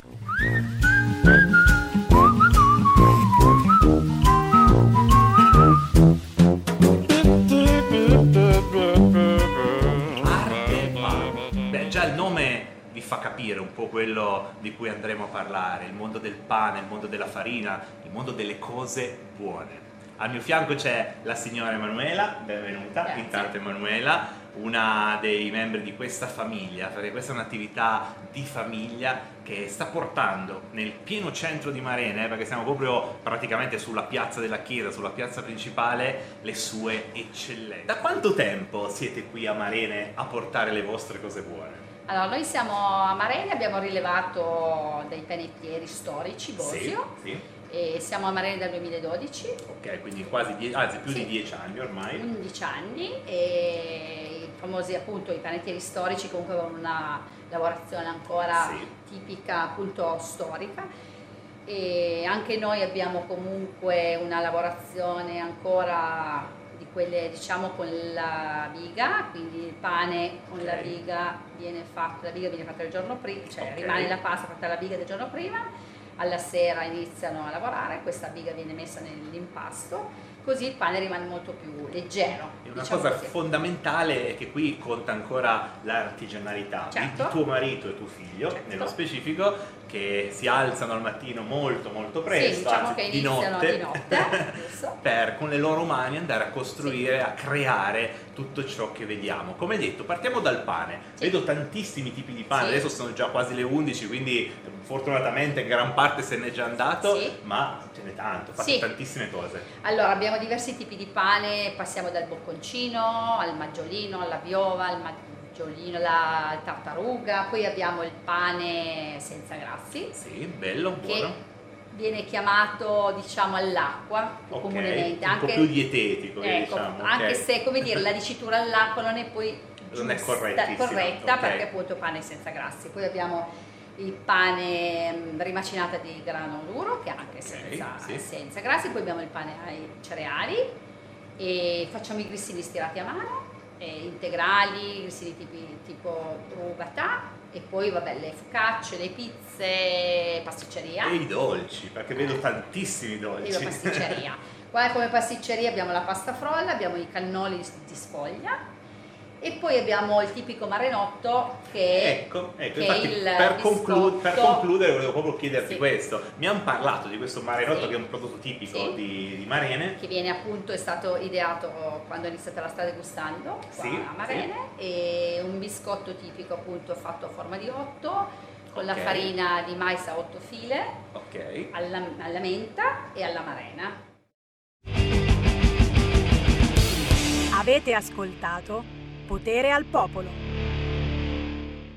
Già il nome vi fa capire un po' quello di cui andremo a parlare, il mondo del pane, il mondo della farina, il mondo delle cose buone. Al mio fianco c'è la signora Emanuela, benvenuta. Grazie. Intanto Emanuela, una dei membri di questa famiglia, perché questa è un'attività di famiglia che sta portando nel pieno centro di Marene, perché siamo proprio praticamente sulla piazza della chiesa, sulla piazza principale, le sue eccellenze. Da quanto tempo siete qui a Marene a portare le vostre cose buone? Allora, noi siamo a Marene, abbiamo rilevato dei panettieri storici, Bosio, sì, sì. E siamo a Marene dal duemiladodici. Ok, quindi quasi die- anzi più sì. di dieci anni ormai. undici anni, e i famosi appunto i panettieri storici comunque con una lavorazione ancora sì. tipica, appunto storica. E anche noi abbiamo comunque una lavorazione ancora di quelle, diciamo, con la biga, quindi il pane con okay. la biga viene fatto, la biga viene fatta il giorno prima, cioè okay. rimane la pasta fatta la biga del giorno prima, alla sera iniziano a lavorare, questa biga viene messa nell'impasto, così il pane rimane molto più leggero. E una diciamo cosa così. fondamentale è che qui conta ancora l'artigianalità certo. di tuo marito e tuo figlio, certo. nello specifico, che si alzano al mattino molto molto presto, sì, diciamo anzi che di notte, di notte per con le loro mani andare a costruire, sì. a creare tutto ciò che vediamo. Come detto, partiamo dal pane. Sì. Vedo tantissimi tipi di pane, sì. Adesso sono già quasi le undici, quindi fortunatamente gran parte se n'è già andato, sì. Ma ce n'è tanto, fate sì. tantissime cose. Allora, abbiamo diversi tipi di pane, passiamo dal bocconcino al maggiolino, alla biova, al maggiolino, alla tartaruga, poi abbiamo il pane senza grassi. Sì, bello, buono. Viene chiamato, diciamo, all'acqua, okay, comunemente. Un anche, po' più dietetico, ecco, diciamo. Anche okay. se, come dire, la dicitura all'acqua non è poi non giusta, è corretta, corretta okay. Perché appunto pane senza grassi. Poi abbiamo il pane rimacinata di grano duro, che è anche okay, senza, sì. senza grassi. Poi abbiamo il pane ai cereali e facciamo i grissini stirati a mano, integrali, grissini tipi, tipo rugatà. E poi vabbè, le focacce, le pizze, pasticceria. E i dolci, perché vedo tantissimi dolci. E la pasticceria. Qua come pasticceria abbiamo la pasta frolla, abbiamo i cannoli di sfoglia e poi abbiamo il tipico marenotto che, ecco, ecco, che infatti, è il per, conclu- per concludere volevo proprio chiederti sì. questo. Mi hanno parlato di questo marenotto, sì. che è un prodotto tipico sì. di, di Marene. Che viene appunto, è stato ideato quando è iniziata la strada degustando qua sì, a Marene, sì. E un biscotto tipico appunto fatto a forma di otto, con okay. la farina di mais a otto file, okay. alla, alla menta e alla marena. Avete ascoltato Potere al Popolo.